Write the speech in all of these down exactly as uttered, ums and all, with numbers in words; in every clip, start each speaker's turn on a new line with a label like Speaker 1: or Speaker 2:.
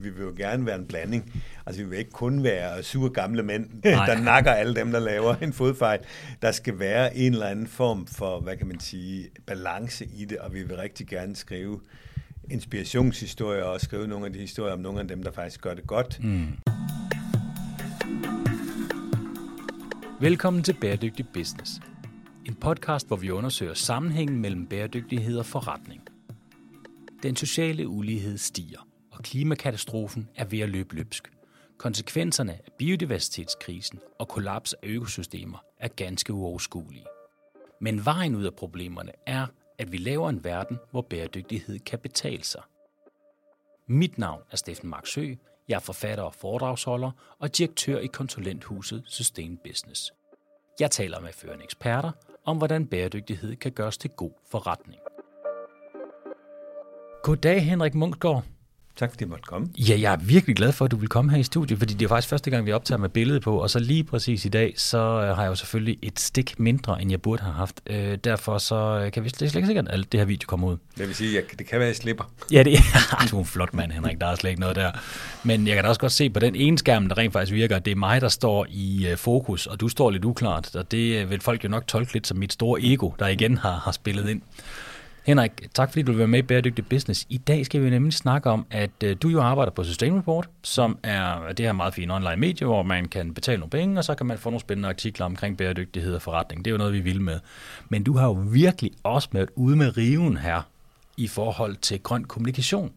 Speaker 1: Vi vil jo gerne være en blanding. Altså, vi vil ikke kun være sure gamle mænd, der nakker alle dem, der laver en fodfejl. Der skal være en eller anden form for, hvad kan man sige, balance i det, og vi vil rigtig gerne skrive inspirationshistorier og skrive nogle af de historier om nogle af dem, der faktisk gør det godt. Mm.
Speaker 2: Velkommen til Bæredygtig Business. En podcast, hvor vi undersøger sammenhængen mellem bæredygtighed og forretning. Den sociale ulighed stiger, og klimakatastrofen er ved at løbe løbsk. Konsekvenserne af biodiversitetskrisen og kollaps af økosystemer er ganske uoverskuelige. Men vejen ud af problemerne er, at vi laver en verden, hvor bæredygtighed kan betale sig. Mit navn er Steffen Marksø. Jeg er forfatter og foredragsholder og direktør i konsulenthuset Sustain Business. Jeg taler med førende eksperter om, hvordan bæredygtighed kan gøres til god forretning. Goddag, Henrik Munksgaard.
Speaker 1: Tak fordi jeg måtte komme.
Speaker 2: Ja, jeg er virkelig glad for, at du vil komme her i studiet, fordi det er faktisk første gang, vi optager med billede på, og så lige præcis i dag, så har jeg jo selvfølgelig et stik mindre, end jeg burde have haft. Øh, derfor så kan vi slet ikke sikkert, at alt det her video kommer ud.
Speaker 1: Det vil sige, at det kan være, at jeg slipper.
Speaker 2: Ja, det er du er en flot mand, Henrik. Der er slet ikke noget der. Men jeg kan da også godt se på den ene skærm, der rent faktisk virker, at det er mig, der står i uh, fokus, og du står lidt uklart, og det vil folk jo nok tolke lidt som mit store ego, der igen har, har spillet ind. Henrik, tak fordi du vil være med i Bæredygtig Business. I dag skal vi nemlig snakke om, at uh, du jo arbejder på Sustain Report, som er det her meget fine online medie, hvor man kan betale nogle penge, og så kan man få nogle spændende artikler omkring bæredygtighed og forretning. Det er jo noget, vi vil med. Men du har jo virkelig også været ude med riven her i forhold til grøn kommunikation.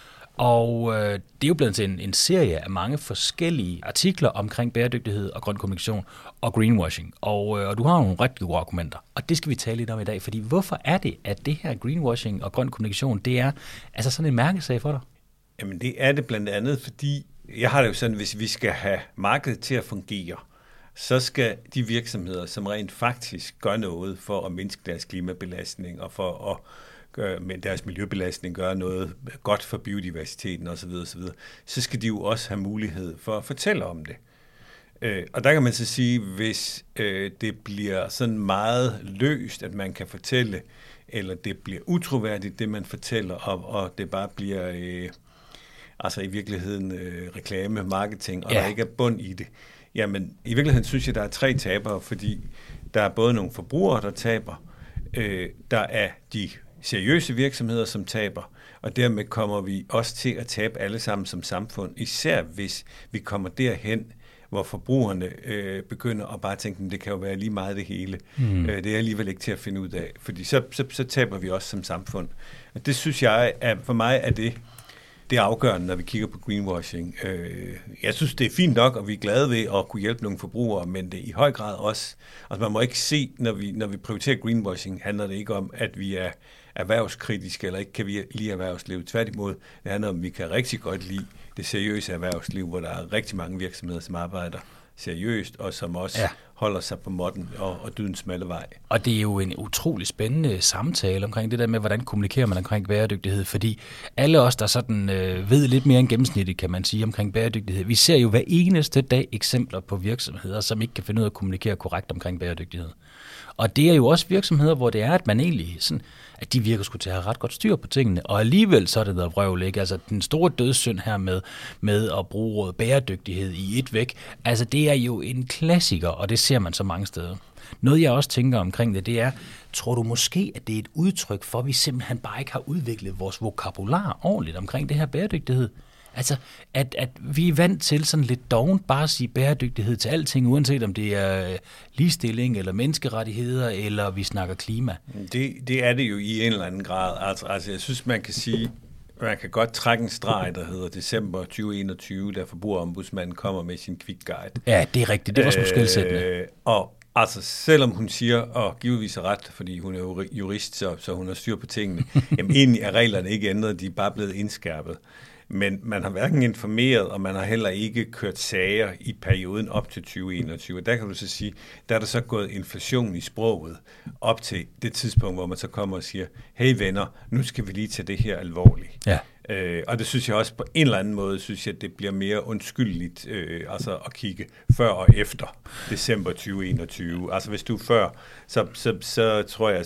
Speaker 2: Og øh, det er jo blevet til en, en serie af mange forskellige artikler omkring bæredygtighed og grøn kommunikation og greenwashing. Og, øh, og du har nogle rigtig gode argumenter, og det skal vi tale lidt om i dag. Fordi hvorfor er det, at det her greenwashing og grøn kommunikation, det er altså sådan en mærkesag for dig?
Speaker 1: Jamen det er det blandt andet, fordi jeg har det jo sådan, hvis vi skal have markedet til at fungere, så skal de virksomheder, som rent faktisk gør noget for at mindske deres klimabelastning og for at med deres miljøbelastning gøre noget godt for biodiversiteten osv., osv., så skal de jo også have mulighed for at fortælle om det. Øh, og der kan man så sige, hvis øh, det bliver sådan meget løst, at man kan fortælle, eller det bliver utroværdigt, det man fortæller, og, og det bare bliver øh, altså i virkeligheden øh, reklame, marketing, og ja. Der ikke er bund i det. Jamen, i virkeligheden synes jeg, der er tre tabere, fordi der er både nogle forbrugere, der taber, øh, der er de seriøse virksomheder, som taber, og dermed kommer vi også til at tabe alle sammen som samfund, især hvis vi kommer derhen, hvor forbrugerne øh, begynder at bare tænke, at det kan jo være lige meget det hele. Mm. Øh, det er alligevel ikke til at finde ud af, fordi så, så, så taber vi også som samfund. Og det synes jeg, er, for mig er det, det er afgørende, når vi kigger på greenwashing. Øh, jeg synes, det er fint nok, og vi er glade ved at kunne hjælpe nogle forbrugere, men det er i høj grad også, altså man må ikke se, når vi, når vi prioriterer greenwashing, handler det ikke om, at vi er erhvervskritiske, eller ikke kan vi lide erhvervsliv. Tværtimod, det handler om, at vi kan rigtig godt lide det seriøse erhvervsliv, hvor der er rigtig mange virksomheder, som arbejder seriøst, og som også ja. holder sig på måtten og, og dydens smalle vej.
Speaker 2: Og det er jo en utrolig spændende samtale omkring det der med, hvordan kommunikerer man omkring bæredygtighed, fordi alle os, der sådan øh, ved lidt mere end gennemsnittet, kan man sige, omkring bæredygtighed, vi ser jo hver eneste dag eksempler på virksomheder, som ikke kan finde ud af at kommunikere korrekt omkring bæredygtighed. Og det er jo også virksomheder, hvor det er, at man egentlig sådan, at de virker skulle til at have ret godt styr på tingene, og alligevel så er det noget vrøvl, ikke? Altså den store dødssynd her med, med at bruge ordet bæredygtighed i et væk, altså det er jo en klassiker, og det ser man så mange steder. Noget jeg også tænker omkring det, det er, tror du måske, at det er et udtryk for, at vi simpelthen bare ikke har udviklet vores vokabular ordentligt omkring det her bæredygtighed? Altså, at, at vi er vant til sådan lidt dovent bare at sige bæredygtighed til alting, uanset om det er ligestilling eller menneskerettigheder, eller vi snakker klima.
Speaker 1: Det, det er det jo i en eller anden grad. Altså, altså jeg synes, man kan sige, man kan godt trække en streg, der hedder december tyve enogtyve, da forbrugerombudsmanden kommer med sin quick guide.
Speaker 2: Ja, det er rigtigt. Det var sgu skelsættende.
Speaker 1: Øh, og altså, selvom hun siger, og givetvis er ret, fordi hun er jurist, så, så hun har styr på tingene, jamen egentlig er reglerne ikke ændret, de er bare blevet indskærpet. Men man har hverken informeret, og man har heller ikke kørt sager i perioden op til tyve enogtyve. Der kan du så sige, der er der så gået inflation i sproget op til det tidspunkt, hvor man så kommer og siger, hey venner, nu skal vi lige tage det her alvorligt. Ja. Øh, og det synes jeg også på en eller anden måde, synes jeg, det bliver mere undskyldeligt øh, altså at kigge før og efter december tyve enogtyve. Altså hvis du er før, så, så, så tror jeg, så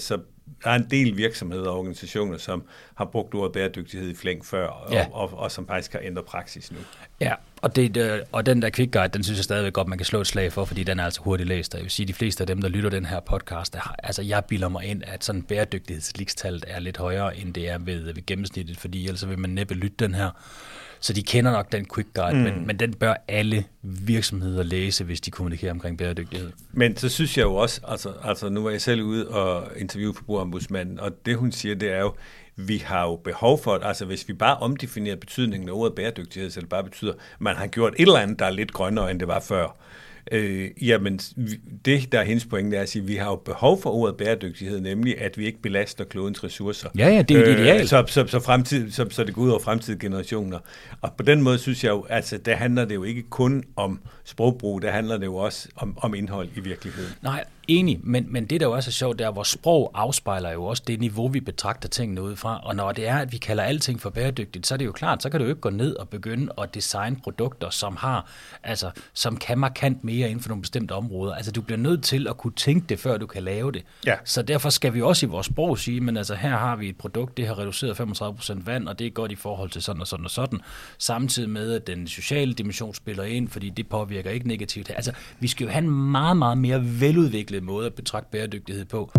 Speaker 1: der er en del virksomheder og organisationer, som har brugt ordet bæredygtighed i flæng før, og,
Speaker 2: ja.
Speaker 1: og, og, og som faktisk har ændret praksis nu.
Speaker 2: Ja, og, det, og den der quick guide, den synes jeg stadigvæk godt, man kan slå et slag for, fordi den er altså hurtigt læst. Og jeg vil sige, at de fleste af dem, der lytter den her podcast, der, altså jeg bilder mig ind, at sådan bæredygtighedsligstallet er lidt højere, end det er ved, ved gennemsnittet, fordi ellers vil man næppe lytte den her. Så de kender nok den quick guide, mm. men, men den bør alle virksomheder læse, hvis de kommunikerer omkring bæredygtighed.
Speaker 1: Men så synes jeg jo også, altså, altså nu var jeg selv ude og interviewe forbrugerombudsmanden, og det hun siger, det er jo, vi har jo behov for, altså hvis vi bare omdefinerer betydningen af ordet bæredygtighed, så det bare betyder, at man har gjort et eller andet, der er lidt grønnere, end det var før. Øh, jamen, det der er hendes pointe, er at sige, at vi har jo behov for ordet bæredygtighed, nemlig at vi ikke belaster klodens ressourcer.
Speaker 2: Ja, ja, det er jo idealt.
Speaker 1: Øh, så, så, så, fremtid, så, så det går ud over fremtidige generationer. Og på den måde synes jeg jo, altså der handler det jo ikke kun om sprogbrug, der handler det jo også om, om indhold i virkeligheden.
Speaker 2: Nej, enig, men, men det der jo også er sjovt, det er, hvor sprog afspejler jo også det niveau, vi betragter tingene ud fra. Og når det er, at vi kalder alting for bæredygtigt, så er det jo klart, så kan du jo ikke gå ned og begynde at designe produkter, som har, altså, som kan markant mere inden for nogle bestemte områder. Altså, du bliver nødt til at kunne tænke det, før du kan lave det.
Speaker 1: Ja.
Speaker 2: Så derfor skal vi også i vores sprog sige, men altså, her har vi et produkt, det har reduceret femogtredive procent vand, og det er godt i forhold til sådan og sådan og sådan. Samtidig med, at den sociale dimension spiller ind, fordi det påvirker ikke negativt. Altså, vi skal jo have en meget, meget mere veludviklet måde at betragte bæredygtighed på.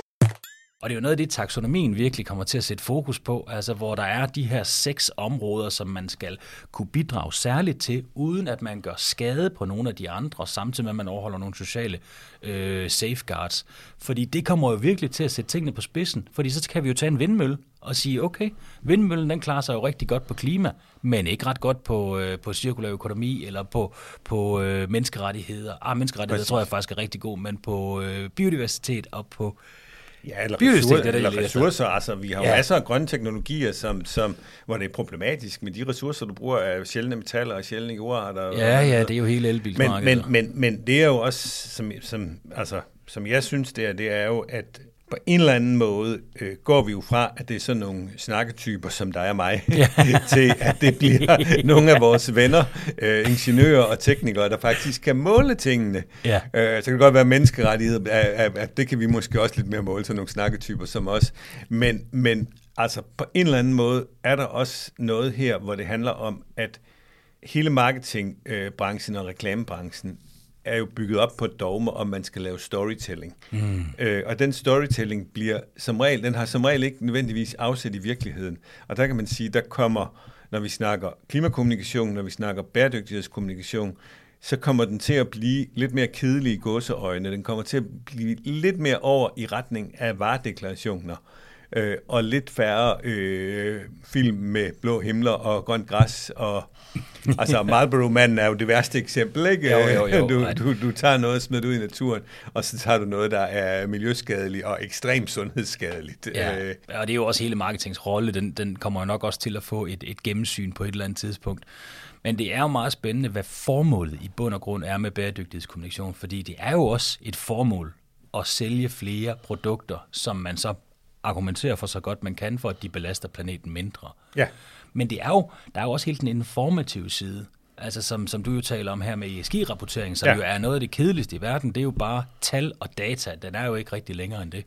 Speaker 2: Og det er jo noget af det, taksonomien virkelig kommer til at sætte fokus på, altså hvor der er de her seks områder, som man skal kunne bidrage særligt til, uden at man gør skade på nogle af de andre, samtidig med at man overholder nogle sociale øh, safeguards. Fordi det kommer jo virkelig til at sætte tingene på spidsen, fordi så kan vi jo tage en vindmølle og sige, okay, vindmøllen den klarer sig jo rigtig godt på klima, men ikke ret godt på, øh, på cirkulær økonomi eller på, på øh, menneskerettigheder. Ah, menneskerettigheder tror jeg faktisk er rigtig god, men på øh, biodiversitet og på
Speaker 1: Ja, eller, ressourcer, det, eller ressourcer. Altså, vi har jo ja. masser af grønne teknologier, som, som, hvor det er problematisk, men de ressourcer, du bruger, er sjældne metaller og sjældne jordarter.
Speaker 2: Ja, ja, det er jo hele elbilsmarkedet.
Speaker 1: Men, men, men, men det er jo også, som, som, altså, som jeg synes, det er, det er jo, at på en eller anden måde øh, går vi jo fra, at det er sådan nogle snakketyper, som dig og mig, ja. til at det bliver nogle af vores venner, øh, ingeniører og teknikere, der faktisk kan måle tingene. Ja. Øh, så kan det godt være menneskerettighed, at, at det kan vi måske også lidt mere måle, sådan nogle snakketyper som os. Men, men altså på en eller anden måde er der også noget her, hvor det handler om, at hele marketingbranchen og reklamebranchen er jo bygget op på et dogme, om man skal lave storytelling. Mm. Øh, og den storytelling bliver som regel, den har som regel ikke nødvendigvis afsæt i virkeligheden. Og der kan man sige, der kommer, når vi snakker klimakommunikation, når vi snakker bæredygtighedskommunikation, så kommer den til at blive lidt mere kedelig i gåseøjne. Den kommer til at blive lidt mere over i retning af varedeklarationer. Øh, og lidt færre øh, film med blå himler og grønt græs. Og, altså Marlboro-manden er jo det værste eksempel, ikke?
Speaker 2: Jo, jo, jo.
Speaker 1: Du, du, du tager noget og smider ud i naturen, og så tager du noget, der er miljøskadeligt og ekstremt sundhedsskadeligt.
Speaker 2: Ja, og det er jo også hele marketings rolle. Den, den kommer jo nok også til at få et, et gennemsyn på et eller andet tidspunkt. Men det er jo meget spændende, hvad formålet i bund og grund er med bæredygtighedskommunikation, fordi det er jo også et formål at sælge flere produkter, som man så argumenterer for så godt man kan, for at de belaster planeten mindre. Ja. Men det er jo, der er jo også helt den informative side, altså som, som du jo taler om her med E S G-rapportering, som ja. jo er noget af det kedeligste i verden, det er jo bare tal og data, den er jo ikke rigtig længere end det.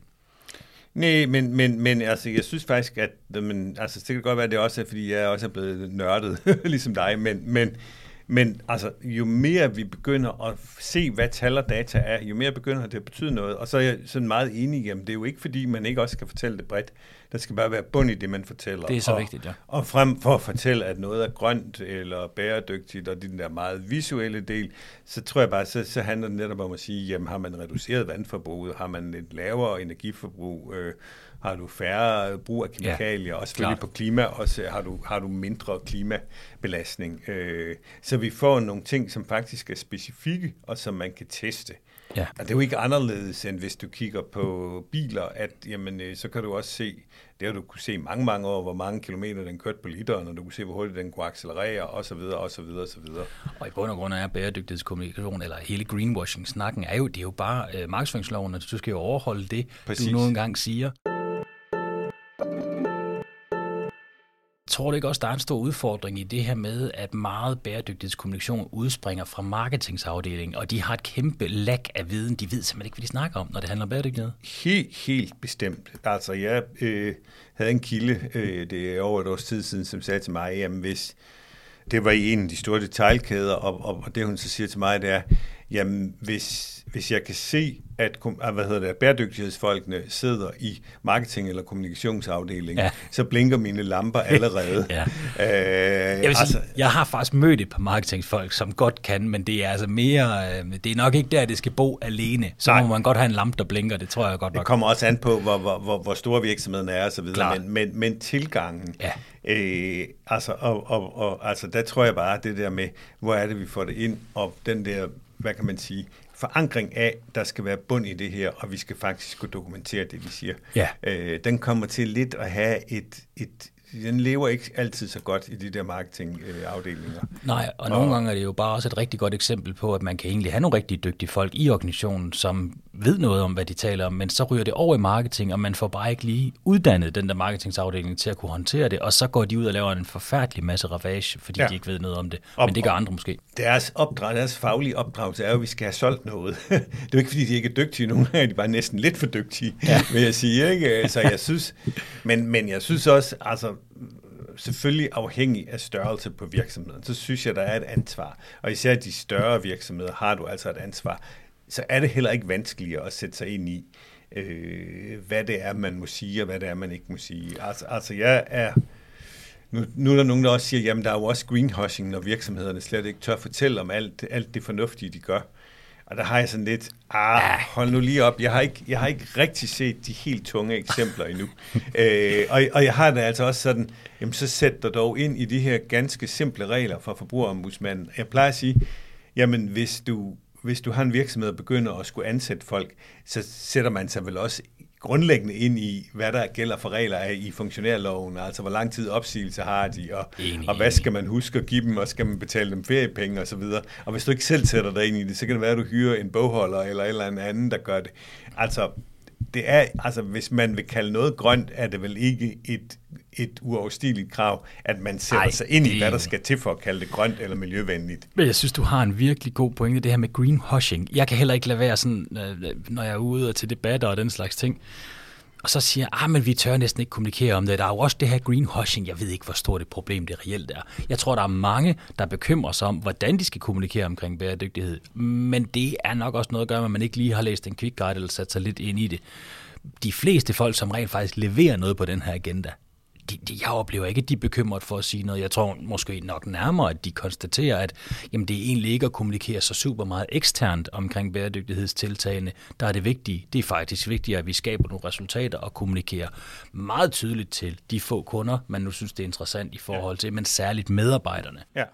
Speaker 1: Nej, men, men, men altså, jeg synes faktisk, at men, altså, det kan godt være, at det også er, fordi jeg også er blevet nørdet, ligesom dig, men, men, men altså, jo mere vi begynder at se, hvad tal og data er, jo mere begynder det at betyde noget, og så er jeg sådan meget enig i, at det er jo ikke, fordi man ikke også skal fortælle det bredt. Der skal bare være bund i det, man fortæller.
Speaker 2: Det er så
Speaker 1: og, vigtigt, ja. Og frem for at fortælle, at noget er grønt eller bæredygtigt, og den der meget visuelle del, så tror jeg bare, så, så handler det netop om at sige, jamen har man reduceret vandforbruget, har man et lavere energiforbrug, øh, har du færre brug af kemikalier, ja, og selvfølgelig klart. På klima også har du, har du mindre klimabelastning. Øh, så vi får nogle ting, som faktisk er specifikke, og som man kan teste. Ja. Og det er jo ikke anderledes, end hvis du kigger på biler, at jamen, så kan du også se, det har du kunne se mange, mange år, hvor mange kilometer den kørte på literen, og du kunne se, hvor hurtigt den kunne accelerere, osv., osv., osv.
Speaker 2: Og i bund og grund er bæredygtighedskommunikation, eller hele greenwashing-snakken, er jo, det er jo bare øh, markedsføringsloven, og du skal jo overholde det, præcis. Du nu engang siger. tror du ikke også, der er en stor udfordring i det her med, at meget bæredygtighedskommunikation udspringer fra marketingsafdelingen, og de har et kæmpe lag af viden. De ved simpelthen ikke, hvad de snakker om, når det handler om bæredygtighed?
Speaker 1: Helt, helt bestemt. Altså, jeg øh, havde en kilde, øh, det er over et års tid siden, som sagde til mig, jamen hvis det var i en af de store detailkæder, og, og, og det hun så siger til mig, det er, jamen hvis, hvis jeg kan se, at hvad hedder det, bæredygtighedsfolkene sidder i marketing- eller kommunikationsafdelingen, ja. så blinker mine lamper allerede.
Speaker 2: ja.
Speaker 1: øh,
Speaker 2: jeg, vil
Speaker 1: altså,
Speaker 2: sige, jeg har faktisk mødt et par marketingsfolk, som godt kan, men det er altså mere, det er nok ikke der, det skal bo alene. Så nej. må man godt have en lampe, der blinker, det tror jeg godt nok.
Speaker 1: Det kommer også an på, hvor, hvor, hvor, hvor store virksomheden er og så videre, men, men, men tilgangen,
Speaker 2: ja.
Speaker 1: øh, altså, og, og, og, altså der tror jeg bare, det der med, hvor er det, vi får det ind, og den der, hvad kan man sige, forankring af, der skal være bund i det her, og vi skal faktisk kunne dokumentere det, vi siger.
Speaker 2: Ja.
Speaker 1: Øh, den kommer til lidt at have et, et den lever ikke altid så godt i de der marketingafdelinger.
Speaker 2: Nej, og, og nogle gange er det jo bare også et rigtig godt eksempel på, at man kan egentlig have nogle rigtig dygtige folk i organisationen, som ved noget om, hvad de taler om, men så ryger det over i marketing, og man får bare ikke lige uddannet den der marketingsafdeling til at kunne håndtere det, og så går de ud og laver en forfærdelig masse ravage, fordi ja. de ikke ved noget om det. Men og, det gør andre måske.
Speaker 1: Deres opdrag, deres faglige opdragelse er jo, at vi skal have solgt noget. Det er jo ikke, fordi de ikke er dygtige. Nogle gange er de bare næsten lidt for dygtige, ja. vil jeg sige. Ikke? Så jeg synes, men, men jeg synes også, altså selvfølgelig afhængig af størrelse på virksomheden, så synes jeg, der er et ansvar. Og især de større virksomheder har du altså et ansvar. Så er det heller ikke vanskeligere at sætte sig ind i, øh, hvad det er, man må sige, og hvad det er, man ikke må sige. Altså, altså jeg er... Nu, nu er der nogen, der også siger, jamen der er jo også greenwashing, når virksomhederne slet ikke tør fortælle om alt, alt det fornuftige, de gør. Og der har jeg sådan lidt, ah, hold nu lige op, jeg har ikke, jeg har ikke rigtig set de helt tunge eksempler endnu. øh, og, og jeg har det altså også sådan, jamen så sæt dig dog ind i de her ganske simple regler fra Forbrugerombudsmanden. Jeg plejer at sige, jamen hvis du, hvis du har en virksomhed og begynder at skulle ansætte folk, så sætter man sig vel også grundlæggende ind i, hvad der gælder for regler af i funktionærloven, altså hvor lang tid opsigelse har de, og, og hvad skal man huske at give dem, og skal man betale dem feriepenge og så videre. Og hvis du ikke selv sætter dig ind i det, så kan det være, at du hyrer en bogholder eller en eller anden, der gør det. Altså, det er, altså hvis man vil kalde noget grønt, er det vel ikke et, et uoverstigeligt krav, at man sætter Ej, sig ind i, hvad der skal til for at kalde det grønt eller miljøvenligt.
Speaker 2: Men jeg synes, du har en virkelig god pointe, det her med greenwashing. Jeg kan heller ikke lade være sådan, når jeg er ude til debatter og den slags ting, og så siger jeg, ah, men vi tør næsten ikke kommunikere om det. Der er jo også det her greenwashing. Jeg ved ikke, hvor stort et problem det reelt er. Jeg tror, der er mange, der bekymrer sig om, hvordan de skal kommunikere omkring bæredygtighed. Men det er nok også noget at gøre med, at man ikke lige har læst en quick guide eller sat sig lidt ind i det. De fleste folk, som rent faktisk leverer noget på den her agenda, de, de, jeg oplever ikke, at de er bekymret for at sige noget. Jeg tror måske nok nærmere, at de konstaterer, at jamen, det er egentlig ikke at kommunikere så super meget eksternt omkring bæredygtighedstiltagene, der er det vigtige. Det er faktisk vigtigere, at vi skaber nogle resultater og kommunikerer meget tydeligt til de få kunder, man nu synes, det er interessant i forhold til, ja. men særligt medarbejderne.
Speaker 1: Ja.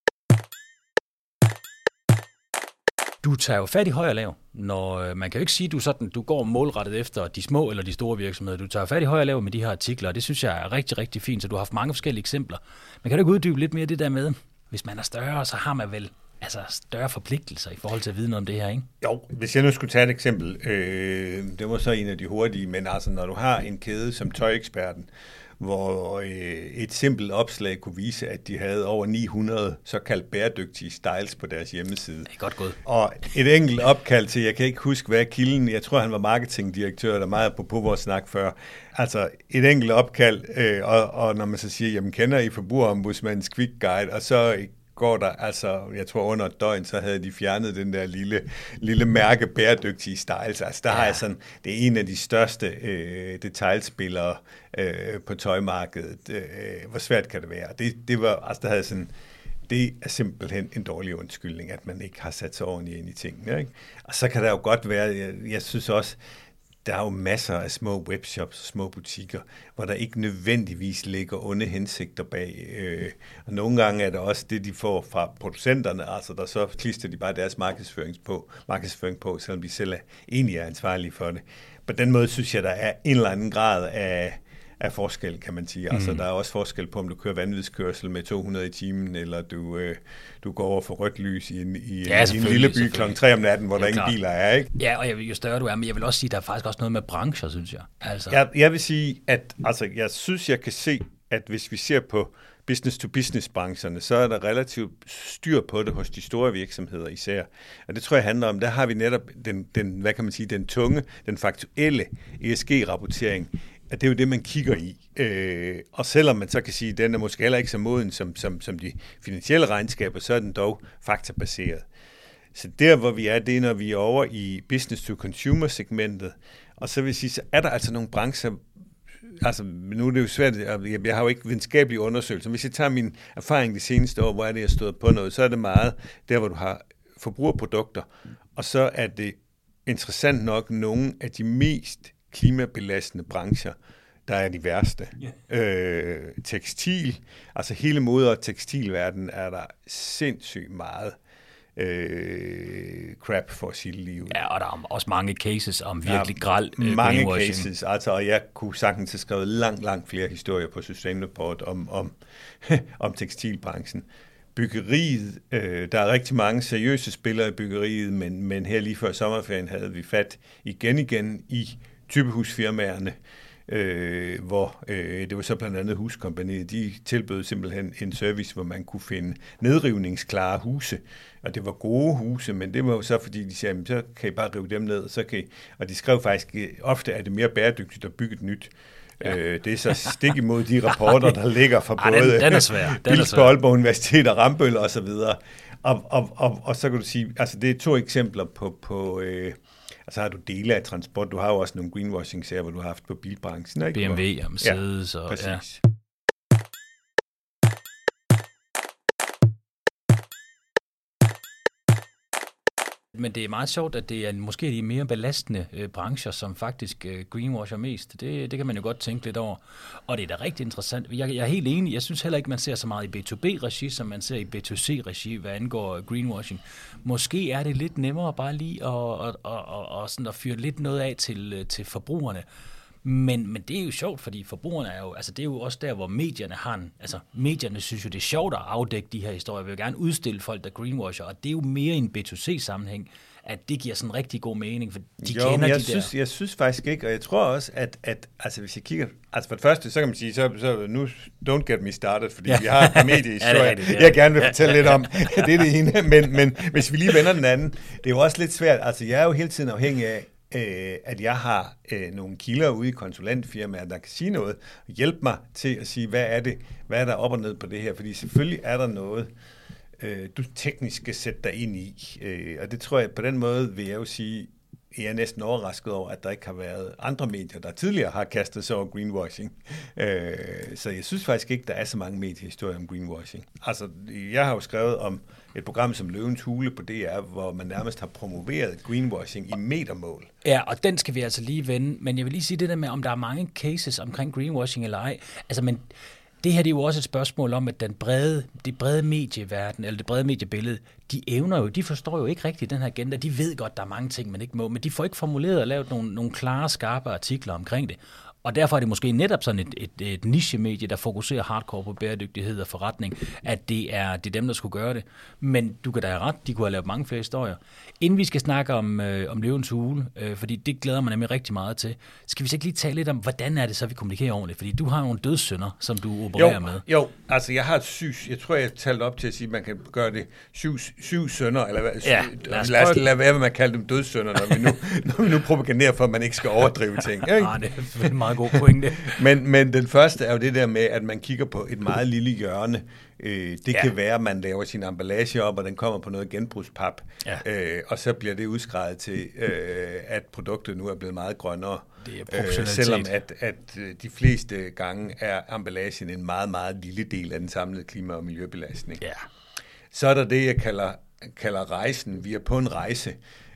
Speaker 2: Du tager jo fat i høj og lav, når man kan jo ikke sige, at du, sådan, du går målrettet efter de små eller de store virksomheder. Du tager fat i høj og lav med de her artikler, og det synes jeg er rigtig, rigtig fint, så du har haft mange forskellige eksempler. Men kan du ikke uddybe lidt mere det der med, hvis man er større, så har man vel altså større forpligtelser i forhold til at vide noget om det her, ikke?
Speaker 1: Jo, hvis jeg nu skulle tage et eksempel, øh, det var så en af de hurtige, men altså når du har en kæde som Tøjeksperten, hvor øh, et simpelt opslag kunne vise, at de havde over ni hundrede såkaldt bæredygtige styles på deres hjemmeside.
Speaker 2: Det er godt gået.
Speaker 1: Og et enkelt opkald til, jeg kan ikke huske, hvad er kilden, jeg tror, han var marketingdirektør, der meget på, på vores snak før. Altså et enkelt opkald, øh, og, og når man så siger, jamen kender I Forbrugerombudsmandens quick guide, og så går der, altså, jeg tror under et døgn, så havde de fjernet den der lille, lille mærke bæredygtige styles. Altså, der ja. har jeg sådan, det er en af de største øh, detailspillere øh, på tøjmarkedet. Øh, hvor svært kan det være? Det, det var, altså, der havde sådan, det er simpelthen en dårlig undskyldning, at man ikke har sat sig ordentligt ind i tingene, ikke? Og så kan der jo godt være, jeg, jeg synes også, der er jo masser af små webshops og små butikker, hvor der ikke nødvendigvis ligger onde hensigter bag. Øh, og nogle gange er det også det, de får fra producenterne, altså der så klister de bare deres markedsføring på, markedsføring på, selvom de selv er, egentlig er ansvarlige for det. På den måde synes jeg, der er en eller anden grad af, af forskel, kan man sige. Altså, mm. der er også forskel på, om du kører vanvidskørsel med to hundrede i timen, eller du, øh, du går over for rødt lys i en, i, ja, i en lille by klokken tre om natten, hvor der ingen biler er, ikke?
Speaker 2: Ja, og jeg, jo større du er, men jeg vil også sige, at der er faktisk også noget med brancher, synes jeg. Altså.
Speaker 1: Jeg, jeg vil sige, at altså, jeg synes, jeg kan se at hvis vi ser på business-to-business-brancherne, så er der relativt styr på det hos de store virksomheder især. Og det tror jeg handler om, der har vi netop den, den hvad kan man sige, den tunge, den faktuelle E S G-rapportering, at det er jo det, man kigger i. Øh, og selvom man så kan sige, at den er måske heller ikke så moden som, som, som de finansielle regnskaber, så er den dog faktabaseret. Så der, hvor vi er, det er, når vi er over i business-to-consumer-segmentet, og så vil jeg sige, så er der altså nogle brancher, altså nu er det jo svært, jeg har jo ikke videnskabelige undersøgelser, hvis jeg tager min erfaring de seneste år, hvor er det, jeg stået på noget, så er det meget der, hvor du har forbrugerprodukter, og så er det interessant nok nogle af de mest klimabelastende brancher, der er de værste. Yeah. Øh, tekstil, altså hele mode- og tekstilverdenen er der sindssygt meget øh, crap for sit liv.
Speaker 2: Ja, og der er også mange cases om virkelig ja, græld øh,
Speaker 1: mange cases, altså, og jeg kunne sagtens have skrevet langt, langt flere historier på Sustainable Report om, om, om tekstilbranchen. Byggeriet, øh, der er rigtig mange seriøse spillere i byggeriet, men, men her lige før sommerferien havde vi fat igen igen i typehusfirmaerne, øh, hvor øh, det var så blandt andet Huskompagniet, de tilbød simpelthen en service, hvor man kunne finde nedrivningsklare huse, og det var gode huse, men det var jo så, fordi de sagde, så kan I bare rive dem ned, så kan I, og de skrev faktisk, ofte er det mere bæredygtigt at bygge et nyt. Ja. Øh, det er så stik imod de rapporter, der ligger fra
Speaker 2: Ej,
Speaker 1: både
Speaker 2: den, den er svær. Den
Speaker 1: Bilds på Aalborg Universitet og Rambøll og så videre. Og, og, og, og så kan du sige, altså det er to eksempler på, på øh, altså har du dele af transport, du har jo også nogle greenwashing-sager, hvor du har haft på bilbranchen, ikke?
Speaker 2: B M W og Mercedes.
Speaker 1: Ja,
Speaker 2: og,
Speaker 1: præcis.
Speaker 2: Ja. Men det er meget sjovt, at det er måske de mere belastende øh, brancher, som faktisk øh, greenwasher mest. Det, det kan man jo godt tænke lidt over. Og det er da rigtig interessant. Jeg, jeg er helt enig. Jeg synes heller ikke, man ser så meget i B to B-regi, som man ser i B to C-regi, hvad angår greenwashing. Måske er det lidt nemmere bare lige at, at, at, at, at, sådan at fyre lidt noget af til, til forbrugerne. Men, men det er jo sjovt, fordi forbrugerne er jo, altså det er jo også der, hvor medierne har en, altså medierne synes jo, det er sjovt at afdække de her historier. Vi vil gerne udstille folk, der greenwasher, og det er jo mere i en B to C-sammenhæng, at det giver sådan en rigtig god mening, for de
Speaker 1: jo,
Speaker 2: kender
Speaker 1: jeg
Speaker 2: de
Speaker 1: synes,
Speaker 2: der.
Speaker 1: Jeg synes faktisk ikke, og jeg tror også, at, at altså hvis jeg kigger, altså for det første, så kan man sige, så, så nu don't get me started, fordi ja. vi har en mediehistorie, ja, ja. jeg gerne vil fortælle ja, ja, ja. lidt om, det er det ene, men, men hvis vi lige vender den anden, det er jo også lidt svært, altså jeg er jo hele tiden afhængig af, at jeg har øh, nogle kilder ude i konsulentfirmaer, der kan sige noget, og hjælpe mig til at sige, hvad er det, hvad er der op og ned på det her, fordi selvfølgelig er der noget, øh, du teknisk skal sætte dig ind i, øh, og det tror jeg, på den måde vil jeg jo sige, jeg er næsten overrasket over, at der ikke har været andre medier, der tidligere har kastet sig over greenwashing. Øh, så jeg synes faktisk ikke, der er så mange mediehistorier om greenwashing. Altså, jeg har jo skrevet om et program som Løvens Hule på D R, hvor man nærmest har promoveret greenwashing i metermål.
Speaker 2: Ja, og den skal vi altså lige vende. Men jeg vil lige sige det der med, om der er mange cases omkring greenwashing eller ej. Altså, men det her det er jo også et spørgsmål om, at den brede, det brede medieverden, eller det brede mediebillede, de evner jo, de forstår jo ikke rigtigt den her agenda. De ved godt, der er mange ting, man ikke må, men de får ikke formuleret og lavet nogle, nogle klare, skarpe artikler omkring det. Og derfor er det måske netop sådan et, et, et niche-medie, der fokuserer hardcore på bæredygtighed og forretning, at det er, det er dem, der skulle gøre det. Men du kan da have ret, de kunne have lavet mange flere historier. Inden vi skal snakke om, øh, om Løvens Hule, øh, fordi det glæder mig nemlig rigtig meget til, skal vi så ikke lige tale lidt om, hvordan er det så, vi kommunikerer ordentligt? Fordi du har nogle dødssynder, som du opererer
Speaker 1: jo,
Speaker 2: med.
Speaker 1: Jo, altså jeg har et syv, jeg tror, jeg talte op til at sige, at man kan gøre det syv, syv sønder, eller hvad,
Speaker 2: ja,
Speaker 1: lad os lad os lade være med at kalde dem dødssynder, når vi nu, når vi nu propagerer for, at man ikke skal overdrive ting. Ikke?
Speaker 2: Ah, det er en meget god pointe.
Speaker 1: men, men den første er jo det der med, at man kigger på et meget lille hjørne. Øh, det ja. kan være, at man laver sin emballage op, og den kommer på noget genbrugspap, ja. øh, og så bliver det udskrevet til, øh, at produktet nu er blevet meget grønnere.
Speaker 2: Det er øh,
Speaker 1: selvom at, at de fleste gange er emballagen en meget, meget lille del af den samlede klima- og miljøbelastning.
Speaker 2: Ja.
Speaker 1: Så er der det, jeg kalder, kalder rejsen. Vi er på en rejse.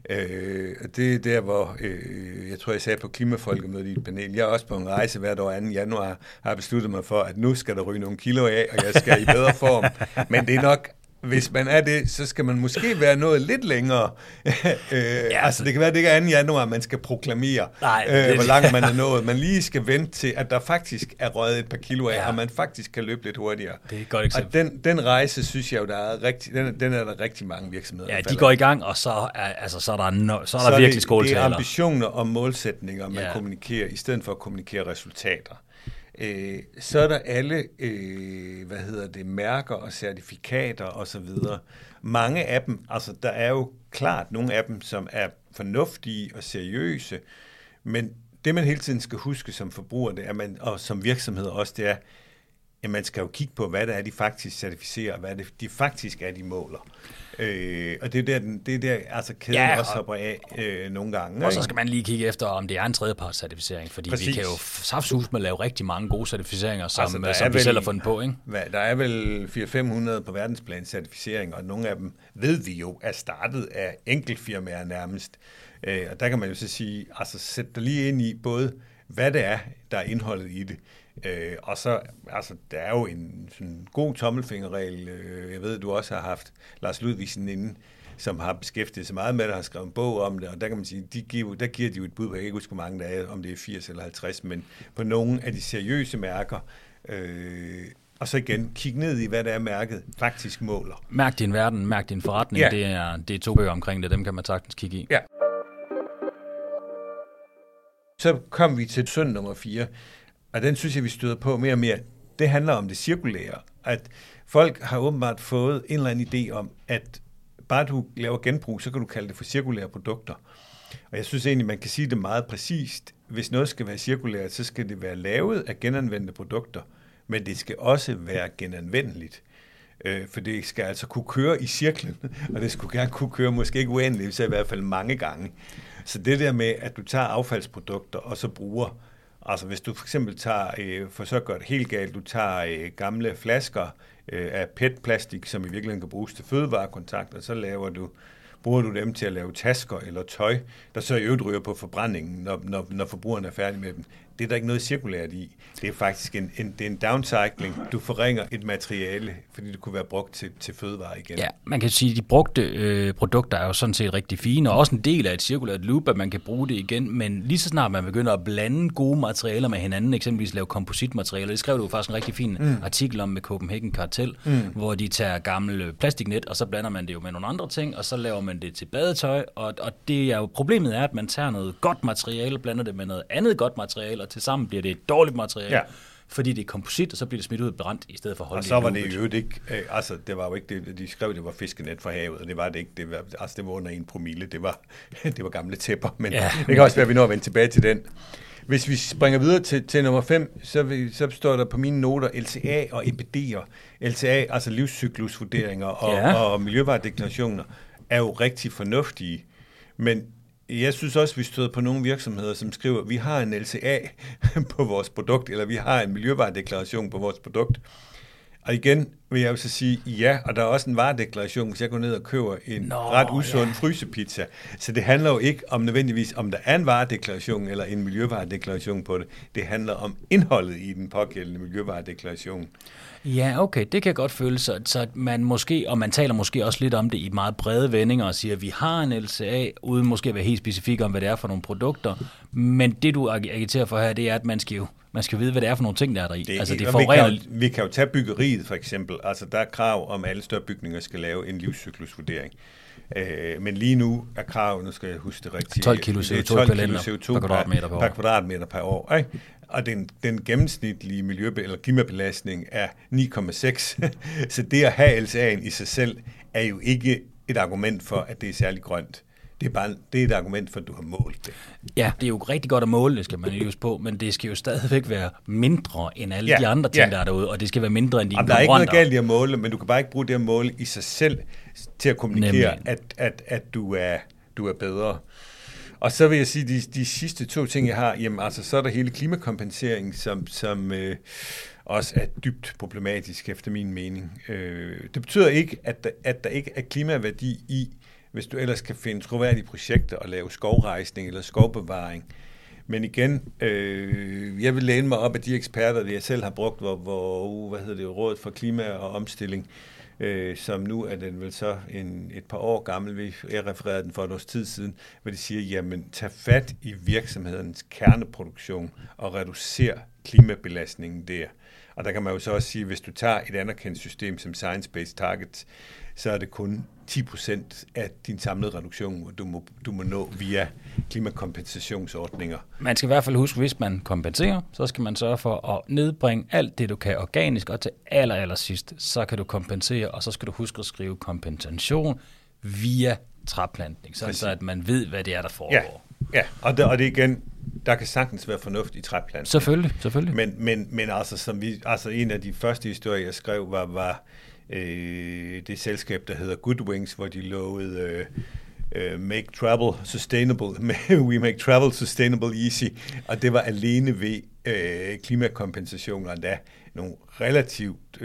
Speaker 1: Øh, det er der, hvor øh, jeg tror, jeg sagde på Klimafolkemødet i et panel, jeg er også på en rejse hvert år anden januar, har besluttet mig for, at nu skal der ryge nogle kilo af, og jeg skal i bedre form. Men det er nok, hvis man er det, så skal man måske være noget lidt længere. øh, ja, altså, det kan være, at det ikke er anden januar, man skal proklamere, Nej, øh, det, hvor langt man er nået. Man lige skal vente til, at der faktisk er røget et par kilo af, ja. og man faktisk kan løbe lidt hurtigere.
Speaker 2: Det er et godt eksempel.
Speaker 1: Og den, den rejse, synes jeg jo, der er rigtig, den, den er der rigtig mange virksomheder.
Speaker 2: Ja, de går i gang, og så er, altså, så er der, no, så er der så virkelig skåltaler.
Speaker 1: Det er ambitioner og målsætninger, man
Speaker 2: ja.
Speaker 1: kommunikerer, i stedet for at kommunikere resultater. øh, så er der alle, øh, hvad hedder det, mærker og certifikater og så videre. Mange af dem, altså der er jo klart nogle af dem, som er fornuftige og seriøse, men det man hele tiden skal huske som forbruger, det er man, og som virksomhed også, det er, at man skal jo kigge på, hvad det er, de faktisk certificerer, hvad det de faktisk er, de måler. Øh, og det er der, den, det er der altså kæden ja, også hopper af øh, nogle gange.
Speaker 2: Og så skal man lige kigge efter, om det er en tredjepartscertificering, fordi Præcis. Vi kan jo saftsus med at lave rigtig mange gode certificeringer, som, altså, som vi vel, selv har fundet på. Ikke?
Speaker 1: Hvad, der er vel fire til fem hundrede på verdensplan certificeringer, og nogle af dem ved vi jo er startet af enkeltfirmaer nærmest. Øh, og der kan man jo så sige, altså sæt dig lige ind i både, hvad det er, der er indholdet i det, Øh, og så, altså, der er jo en sådan god tommelfingerregel. Øh, jeg ved, du også har haft Lars Ludvigsen inde, som har beskæftiget sig meget med det, og har skrevet en bog om det, og der kan man sige, de giver, der giver de jo et bud på, jeg kan ikke huske, hvor mange der er, om det er firs eller halvtreds, men på nogle af de seriøse mærker, øh, og så igen, kig ned i, hvad der er mærket faktisk måler.
Speaker 2: Mærk din verden, mærk din forretning, ja. det, er, det er to bøger omkring det, dem kan man sagtens kigge i.
Speaker 1: Ja. Så kom vi til synd nummer fire, og den synes jeg, vi støder på mere og mere. Det handler om det cirkulære. At folk har åbenbart fået en eller anden idé om, at bare du laver genbrug, så kan du kalde det for cirkulære produkter. Og jeg synes egentlig, man kan sige det meget præcist. Hvis noget skal være cirkulært, så skal det være lavet af genanvendte produkter, men det skal også være genanvendeligt. For det skal altså kunne køre i cirklen, og det skulle gerne kunne køre måske ikke uendeligt, så i hvert fald mange gange. Så det der med, at du tager affaldsprodukter og så bruger, altså hvis du for eksempel tager, øh, for så gør det helt galt, du tager øh, gamle flasker øh, af P E T-plastik, som i virkeligheden kan bruges til fødevarekontakt, og så laver du, bruger du dem til at lave tasker eller tøj, der så i øvrigt ryger på forbrændingen, når, når, når forbrugeren er færdig med dem. Det er der ikke noget cirkulært i. Det er faktisk en, en, det er en downcycling. Du forringer et materiale, fordi det kunne være brugt til, til fødevare igen.
Speaker 2: Ja, man kan sige, at de brugte øh, produkter er jo sådan set rigtig fine, og også en del af et cirkulært loop, at man kan bruge det igen, men lige så snart man begynder at blande gode materialer med hinanden, eksempelvis lave kompositmaterialer, det skrev du jo faktisk en rigtig fin mm. artikel om med Copenhagen Cartel, mm. hvor de tager gamle plastiknet, og så blander man det jo med nogle andre ting, og så laver man det til badetøj, og, og det er jo problemet er, at man tager noget godt materiale, blander det med noget andet godt materiale, og til sammen bliver det et dårligt materiale, ja. Fordi det er komposit, og så bliver det smidt ud brændt, i stedet for at holde
Speaker 1: og
Speaker 2: det.
Speaker 1: Og så var det jo ikke, øh, altså det var jo ikke det, de skrev, det var fiskenet fra havet, og det var det ikke, det var, altså det var under en promille, det var, det var gamle tæpper, men ja. Det kan også være, at vi når at vende tilbage til den. Hvis vi springer videre til, til nummer fem, så, vil, så står der på mine noter L C A og E P D'er. L C A, altså livscyklusvurderinger og, ja. og miljøvaredeklarationer, er jo rigtig fornuftige, men jeg synes også, vi støder på nogle virksomheder, som skriver, at vi har en L C A på vores produkt, eller vi har en miljøvaredeklaration på vores produkt. Og igen vil jeg jo så sige, ja, og der er også en varedeklaration, hvis jeg går ned og køber en Nå, ret usund ja. frysepizza. Så det handler jo ikke om nødvendigvis, om der er en varedeklaration eller en miljøvaredeklaration på det. Det handler om indholdet i den pågældende miljøvaredeklaration.
Speaker 2: Ja, okay, det kan jeg godt føle, så, så man måske, og man taler måske også lidt om det i meget brede vendinger og siger, at vi har en L C A, uden måske at være helt specifik om, hvad det er for nogle produkter, men det du agiterer for her, det er, at man skal jo man skal vide, hvad det er for nogle ting, der er der i.
Speaker 1: Det,
Speaker 2: altså, det
Speaker 1: vi, kan jo, vi kan jo tage byggeriet for eksempel, altså der er krav om, at alle større bygninger skal lave en livscyklusvurdering. Øh, men lige nu er krav, nu skal jeg huske det rigtigt,
Speaker 2: tolv kilo C O to per kvadratmeter per,
Speaker 1: per kvadratmeter per år, ikke? Og den, den gennemsnitlige miljø- eller klimabelastning er ni komma seks. Så det at have L C A'en i sig selv er jo ikke et argument for, at det er særlig grønt. Det er, bare, det er et argument for, at du har målt det.
Speaker 2: Ja, det er jo rigtig godt at måle, det skal man jo på, men det skal jo stadigvæk være mindre end alle
Speaker 1: ja,
Speaker 2: de andre ting, ja. der er derude, og det skal være mindre end de konkurrenter.
Speaker 1: Der er ikke noget galt i at måle, men du kan bare ikke bruge det at måle i sig selv til at kommunikere, at, at, at du, er, du er bedre. Og så vil jeg sige, de, de sidste to ting, jeg har, jamen altså, så er der hele klimakompensering, som, som øh, også er dybt problematisk efter min mening. Øh, det betyder ikke, at der, at der ikke er klimaværdi i, hvis du ellers kan finde troværdige projekter og lave skovrejsning eller skovbevaring. Men igen, øh, jeg vil læne mig op af de eksperter, jeg selv har brugt, hvor, hvor hvad hedder det, Rådet for Klima og Omstilling, øh, som nu er den vel så en, et par år gammel, jeg refererede den for et års tid siden, hvor de siger, jamen tag fat i virksomhedens kerneproduktion og reducer klimabelastningen der. Og der kan man jo så også sige, hvis du tager et anerkendt system som Science-Based Targets, så er det kun ti procent af din samlede reduktion, du må, du må nå via klimakompensationsordninger.
Speaker 2: Man skal i hvert fald huske, hvis man kompenserer, så skal man sørge for at nedbringe alt det, du kan organisk, og til aller, aller sidst, så kan du kompensere, og så skal du huske at skrive kompensation via træplantning, så, så at man ved, hvad det er, der foregår.
Speaker 1: Ja, ja. Og, det, og det igen, der kan sagtens være fornuft i træplantning.
Speaker 2: Selvfølgelig, selvfølgelig.
Speaker 1: Men, men, men altså, som vi, altså en af de første historier, jeg skrev, var, var øh, det selskab, der hedder Goodwings, hvor de lovede øh, øh, make travel sustainable, we make travel sustainable easy, og det var alene ved øh, klimakompensation, og da nogle relativt,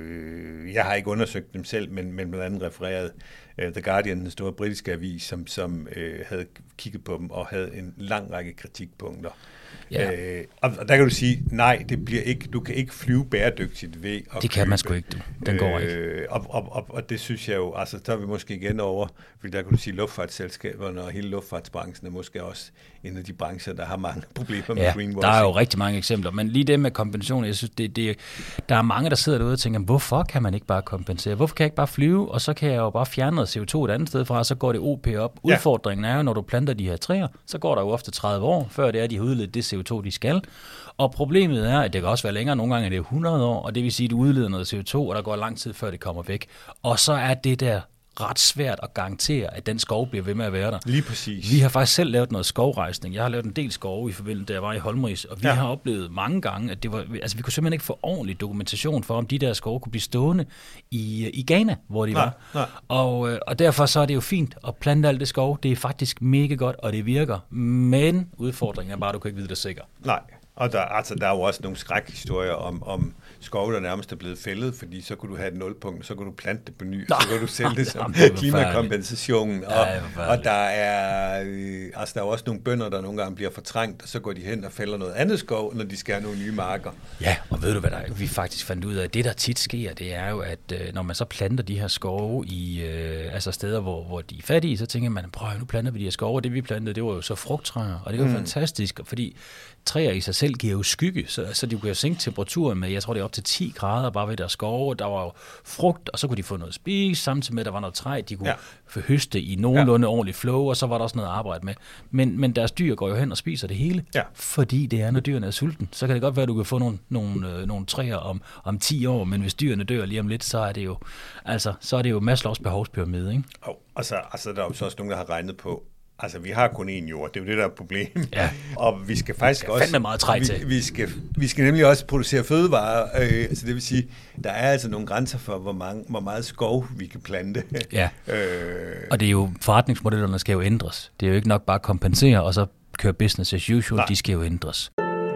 Speaker 1: øh, jeg har ikke undersøgt dem selv, men, men blandt andet refereret uh, The Guardian, den store britiske avis, som, som øh, havde kigget på dem og havde en lang række kritikpunkter. Ja. Øh, og, og der kan du sige, nej, det bliver ikke, du kan ikke flyve bæredygtigt ved at
Speaker 2: Det kan
Speaker 1: købe.
Speaker 2: man sgu ikke, du. Den går ikke.
Speaker 1: Øh, og, og, og, og det synes jeg jo, altså der er vi måske igen over, fordi der kan du sige, luftfartsselskaberne og hele luftfartsbranchen er måske også en af de brancher, der har mange problemer med
Speaker 2: ja,
Speaker 1: greenwashing.
Speaker 2: Der er jo rigtig mange eksempler, men lige det med kompensation, jeg synes, det, det, der er mange, der sidder derude og tænker, hvorfor kan man ikke bare kompensere? Hvorfor kan jeg ikke bare flyve, og så kan jeg jo bare fjerne noget C O to et andet sted fra, og så går det O P op. Ja. Udfordringen er jo, når du planter de her træer, så går der jo ofte tredive år, før det er, de har udledt det C O to, de skal. Og problemet er, at det kan også være længere, nogle gange er det hundrede år, og det vil sige, at du udleder noget C O to, og der går lang tid, før det kommer væk. Og så er det der ret svært at garantere, at den skov bliver ved med at være der.
Speaker 1: Lige præcis.
Speaker 2: Vi har faktisk selv lavet noget skovrejsning. Jeg har lavet en del skove i forbindelse, da jeg var i Holmris, og vi ja. har oplevet mange gange, at det var, altså vi kunne simpelthen ikke få ordentlig dokumentation for, om de der skove kunne blive stående i, i Ghana, hvor de
Speaker 1: nej,
Speaker 2: var.
Speaker 1: Nej.
Speaker 2: Og, og derfor så er det jo fint at plante alt det skov. Det er faktisk mega godt, og det virker. Men udfordringen er bare, at du kan ikke vide det sikkert.
Speaker 1: Nej. Og der, altså, der er jo også nogle skrækhistorier om, om skove, der nærmest er blevet fældet, fordi så kunne du have et nulpunkt, så kunne du plante det på ny, Nå. så kunne du sælge det som klimakompensationen. Og, og der er øh, altså, der er også nogle bønder, der nogle gange bliver fortrængt, og så går de hen og fælder noget andet skov, når de skal have nogle nye marker.
Speaker 2: Ja, og ved du, hvad der, vi faktisk fandt ud af? Det, der tit sker, det er jo, at øh, når man så planter de her skove i øh, altså steder, hvor, hvor de er fattige, så tænker man, prøv nu planter vi de her skove, og det vi plantede, det var jo så frugttræer, og det var mm. fantastisk, fordi træer i sig selv giver jo skygge, så, så de kunne jo sænke temperaturen med, jeg tror det er op til ti grader bare ved deres skove, der var jo frugt, og så kunne de få noget at spise, samtidig med, at der var noget træ, de kunne ja. høste i nogenlunde ja. ordentlig flow, og så var der også noget at arbejde med. Men, men deres dyr går jo hen og spiser det hele, ja. fordi det er, når dyrene er sulten. Så kan det godt være, at du kan få nogle, nogle, øh, nogle træer om, om ti år, men hvis dyrene dør lige om lidt, så er det jo, altså, så er det jo Maslows behovspyramide, ikke?
Speaker 1: Oh, altså, altså, der er jo så også nogen, der har regnet på, altså, vi har kun én jord, det er jo det, der er problem.
Speaker 2: Ja.
Speaker 1: Og vi skal faktisk
Speaker 2: skal
Speaker 1: også...
Speaker 2: meget træ til.
Speaker 1: Vi, vi, skal, vi skal nemlig også producere fødevarer. Øh, altså det vil sige, der er altså nogle grænser for, hvor, mange, hvor meget skov vi kan plante.
Speaker 2: Ja, øh, og det er jo, forretningsmodellerne skal jo ændres. Det er jo ikke nok bare at kompensere, og så køre business as usual, nej. De skal jo ændres.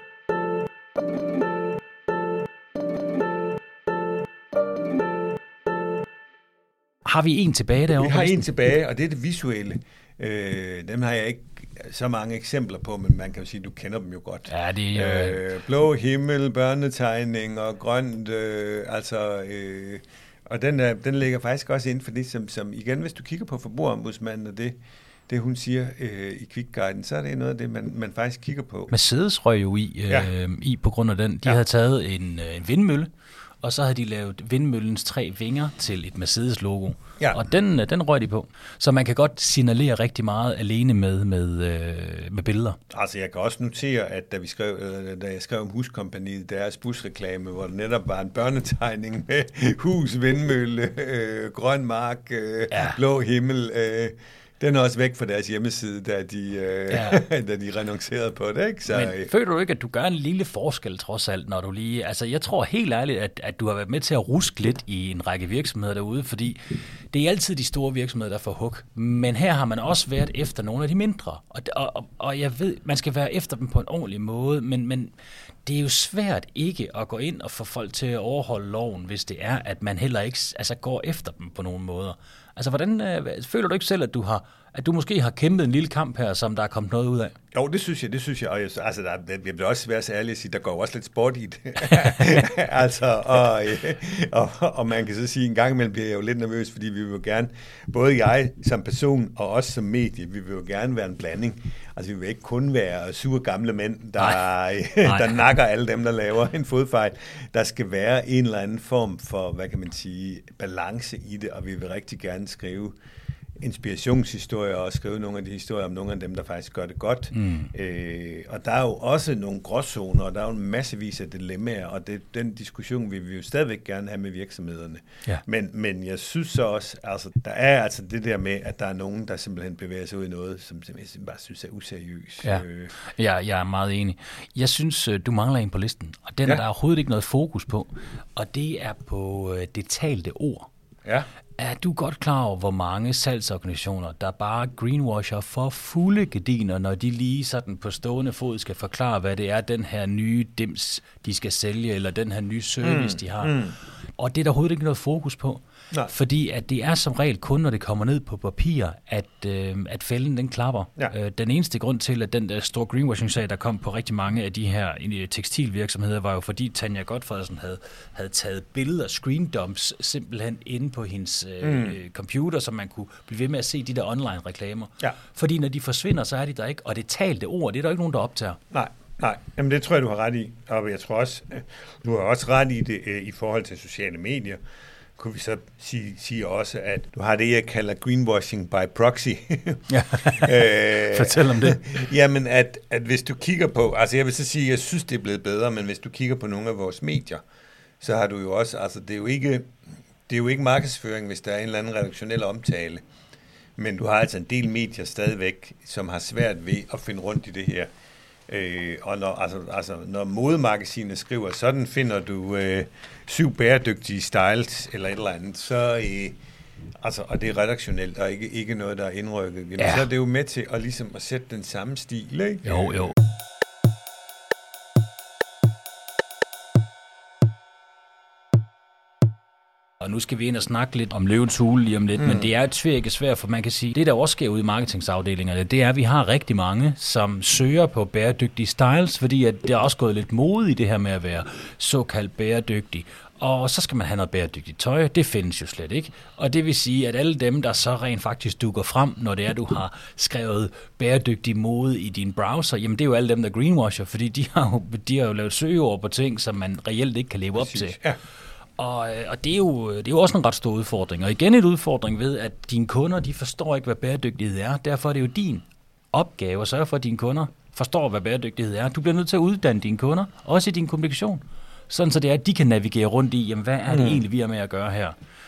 Speaker 2: Har vi en tilbage derovre?
Speaker 1: Vi har en tilbage, og det er det visuelle. Øh, dem har jeg ikke så mange eksempler på, men man kan jo sige, at du kender dem jo godt.
Speaker 2: Ja, det er jo...
Speaker 1: Øh, blå himmel, børnetegning og grønt, øh, altså... Øh, og den, er, den ligger faktisk også inden for det, som, som igen, hvis du kigger på forbrugerombudsmanden og det, det hun siger øh, i Kvikguiden, så er det noget af det, man, man faktisk kigger på.
Speaker 2: Mercedes røg jo i, øh, ja. i på grund af den. De ja. havde taget en, en vindmølle, og så havde de lavet vindmøllens tre vinger til et Mercedes-logo. Ja. Og den, den røg de på. Så man kan godt signalere rigtig meget alene med, med, med billeder. Altså
Speaker 1: jeg kan også notere, at da, vi skrev, da jeg skrev om Huskompagniet, deres busreklame, hvor der netop var en børnetegning med hus, vindmølle, øh, grøn mark, øh, ja. blå himmel, øh, den er også væk fra deres hjemmeside, da de, øh, ja. da de renoncerede på det. Ikke? Så,
Speaker 2: men føler du ikke, at du gør en lille forskel trods alt, når du lige... Altså, jeg tror helt ærligt, at, at du har været med til at ruske lidt i en række virksomheder derude, fordi det er altid de store virksomheder, der får hug. Men her har man også været efter nogle af de mindre. Og, og, og jeg ved, man skal være efter dem på en ordentlig måde, men, men det er jo svært ikke at gå ind og få folk til at overholde loven, hvis det er, at man heller ikke altså, går efter dem på nogen måder. Altså, hvordan øh, føler du ikke selv, at du har At du måske har kæmpet en lille kamp her, som der er kommet noget ud af?
Speaker 1: Jo, det synes jeg, det synes jeg. Og jeg, altså, der, jeg vil også være så ærlig at sige, der går også lidt sport i det. altså, og, og, og man kan så sige, en gang imellem bliver jeg jo lidt nervøs, fordi vi vil jo gerne, både jeg som person og os som medie, vi vil jo gerne være en blanding. Altså, vi vil ikke kun være sure gamle mænd, der, der nakker alle dem, der laver en fodfejl. Der skal være en eller anden form for, hvad kan man sige, balance i det, og vi vil rigtig gerne skrive inspirationshistorier og skrive nogle af de historier om nogle af dem, der faktisk gør det godt. Mm. Øh, og der er jo også nogle gråzoner, og der er jo en massevis af dilemmaer, og det, den diskussion vil vi jo stadigvæk gerne have med virksomhederne. Ja. Men, men jeg synes så også, altså, der er altså det der med, at der er nogen, der simpelthen bevæger sig ud i noget, som jeg bare synes er useriøst.
Speaker 2: Ja.
Speaker 1: Øh.
Speaker 2: Ja, jeg er meget enig. Jeg synes, du mangler en på listen, og den ja. er der overhovedet ikke noget fokus på, og det er på det talte ord.
Speaker 1: Ja.
Speaker 2: Er du godt klar over, hvor mange salgsorganisationer, der bare greenwasher for fulde gardiner, når de lige sådan på stående fod skal forklare, hvad det er, den her nye dims, de skal sælge, eller den her nye service, mm. de har. Mm. Og det er der overhovedet ikke noget fokus på. Nej. Fordi at det er som regel kun, når det kommer ned på papir, at, øh, at fælden den klapper. Ja. Øh, den eneste grund til, at den der store greenwashing-sag, der kom på rigtig mange af de her tekstilvirksomheder, var jo fordi Tanja Godfredsen havde, havde taget billeder, screendumps, simpelthen inde på hendes øh, mm. computer, så man kunne blive ved med at se de der online-reklamer. Ja. Fordi når de forsvinder, så er de der ikke. Og det talte ord, det er der ikke nogen, der optager.
Speaker 1: Nej. Nej, jamen det tror jeg, du har ret i. Og jeg tror også, du har også ret i det i forhold til sociale medier. Kunne vi så sige, sige også, at du har det, jeg kalder greenwashing by proxy.
Speaker 2: Ja. øh, Fortæl om det.
Speaker 1: Jamen, at, at hvis du kigger på, altså jeg vil så sige, jeg synes, det er blevet bedre, men hvis du kigger på nogle af vores medier, så har du jo også, altså det er jo ikke, det er jo ikke markedsføring, hvis der er en eller anden redaktionel omtale, men du har altså en del medier stadigvæk, som har svært ved at finde rundt i det her. Øh, og når, altså, altså, når modemagasinet skriver, sådan finder du øh, syv bæredygtige styles, eller et eller andet, så, øh, altså, og det er redaktionelt, og ikke, ikke noget, der er indrykket. Jamen, ja. Så er det jo med til at, ligesom, at sætte den samme stil, ikke?
Speaker 2: Jo, jo. Og nu skal vi ind og snakke lidt om Løvens Hule lige om lidt, mm. men det er et svært ikke svært, for man kan sige, det der også sker ude i marketingsafdelingerne, det er, at vi har rigtig mange, som søger på bæredygtige styles, fordi at det er også gået lidt mode i det her med at være såkaldt bæredygtig. Og så skal man have noget bæredygtigt tøj, det findes jo slet ikke. Og det vil sige, at alle dem, der så rent faktisk dukker frem, når det er, du har skrevet bæredygtig mode i din browser, jamen det er jo alle dem, der greenwasher, fordi de har jo, de har jo lavet søgeord på ting, som man reelt ikke kan leve op til. Ja. Og, og det, er jo, det er jo også en ret stor udfordring. Og igen et udfordring ved, at dine kunder, de forstår ikke, hvad bæredygtighed er. Derfor er det jo din opgave at sørge for, at dine kunder forstår, hvad bæredygtighed er. Du bliver nødt til at uddanne dine kunder, også i din kommunikation. Sådan så det er, at de kan navigere rundt i, jamen, hvad er det egentlig, vi er med at gøre her?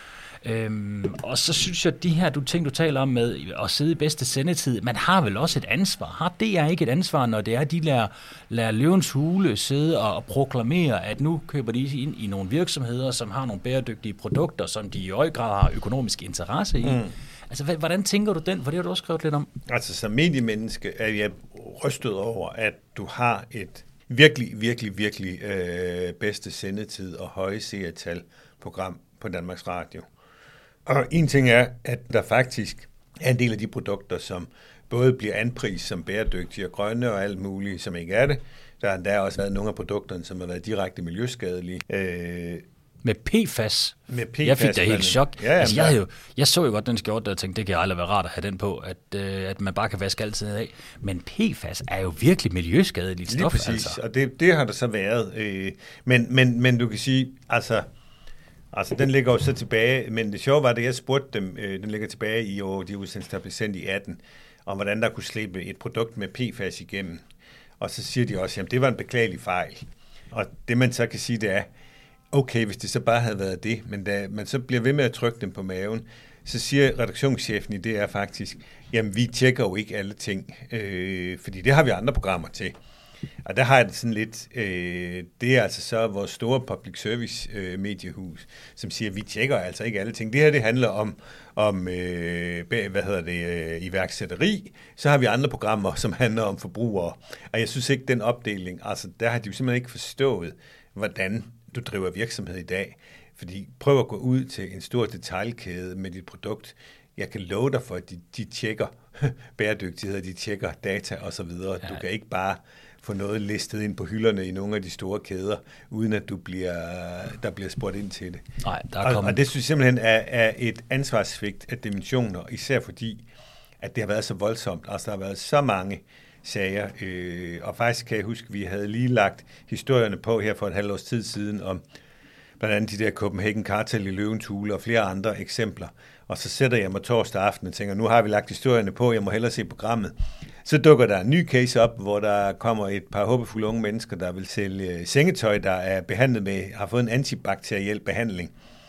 Speaker 2: Øhm, og så synes jeg, at de her du, ting, du taler om med at sidde i bedste sendetid, man har vel også et ansvar. Har det er ikke et ansvar, når det er, de lader, lader Løvens Hule sidde og, og proklamere, at nu køber de ind i nogle virksomheder, som har nogle bæredygtige produkter, som de i høj grad har økonomisk interesse i. Mm. Altså, hvordan tænker du den? For det har du også skrevet lidt om.
Speaker 1: Altså, som mediemenneske er jeg rystet over, at du har et virkelig, virkelig, virkelig øh, bedste sendetid og høje seertal program på Danmarks Radio. Og en ting er, at der faktisk er en del af de produkter, som både bliver anprist som bæredygtige og grønne og alt muligt, som ikke er det. Der har der også været nogle af produkterne, som har været direkte miljøskadelige. Øh,
Speaker 2: med P F A S?
Speaker 1: Med P F A S.
Speaker 2: Jeg fik da helt chok. Ja, altså, jeg, jo, jeg så jo godt den skjorte, der og tænkte, det kan aldrig være rart at have den på, at, øh, at man bare kan vaske altid af. Men P F A S er jo virkelig miljøskadeligt stof.
Speaker 1: Lige præcis, altså. Og det, det har der så været. Øh, men, men, men du kan sige, altså... Altså, den ligger jo så tilbage, men det sjove var, at jeg spurgte dem, øh, den ligger tilbage i år, de udsendelser, der blev sendt i atten, om hvordan der kunne slippe et produkt med P F A S igennem. Og så siger de også, jamen det var en beklagelig fejl. Og det man så kan sige, det er, okay, hvis det så bare havde været det, men da man så bliver ved med at trykke dem på maven, så siger redaktionschefen i det er faktisk, jamen vi tjekker jo ikke alle ting, øh, fordi det har vi andre programmer til. Og der har jeg det sådan lidt, øh, det er altså så vores store public service øh, mediehus, som siger, at vi tjekker altså ikke alle ting. Det her, det handler om, om øh, hvad hedder det, øh, iværksætteri. Så har vi andre programmer, som handler om forbrugere. Og jeg synes ikke, den opdeling, altså der har de jo simpelthen ikke forstået, hvordan du driver virksomhed i dag. Fordi prøv at gå ud til en stor detailkæde med dit produkt. jeg kan love dig for, at de, de tjekker bæredygtighed, de tjekker data osv. Ja. Du kan ikke bare få noget listet ind på hylderne i nogle af de store kæder, uden at du bliver, der bliver spurgt ind til det.
Speaker 2: Nej, der er
Speaker 1: og,
Speaker 2: kommet...
Speaker 1: og det synes jeg simpelthen er, er et ansvarssvigt af dimensioner, især fordi, at det har været så voldsomt. Altså, der har været så mange sager, øh, og faktisk kan jeg huske, at vi havde lige lagt historierne på her for et halvt års tid siden, om blandt andet de der Copenhagen Cartel i Løvens Hule og flere andre eksempler. Og så sætter jeg mig torsdag aften og tænker, nu har vi lagt historierne på, jeg må hellere se programmet. Så dukker der en ny case op, hvor der kommer et par håbefulde unge mennesker, der vil sælge sengetøj, der er behandlet med, har fået en antibakteriel behandling.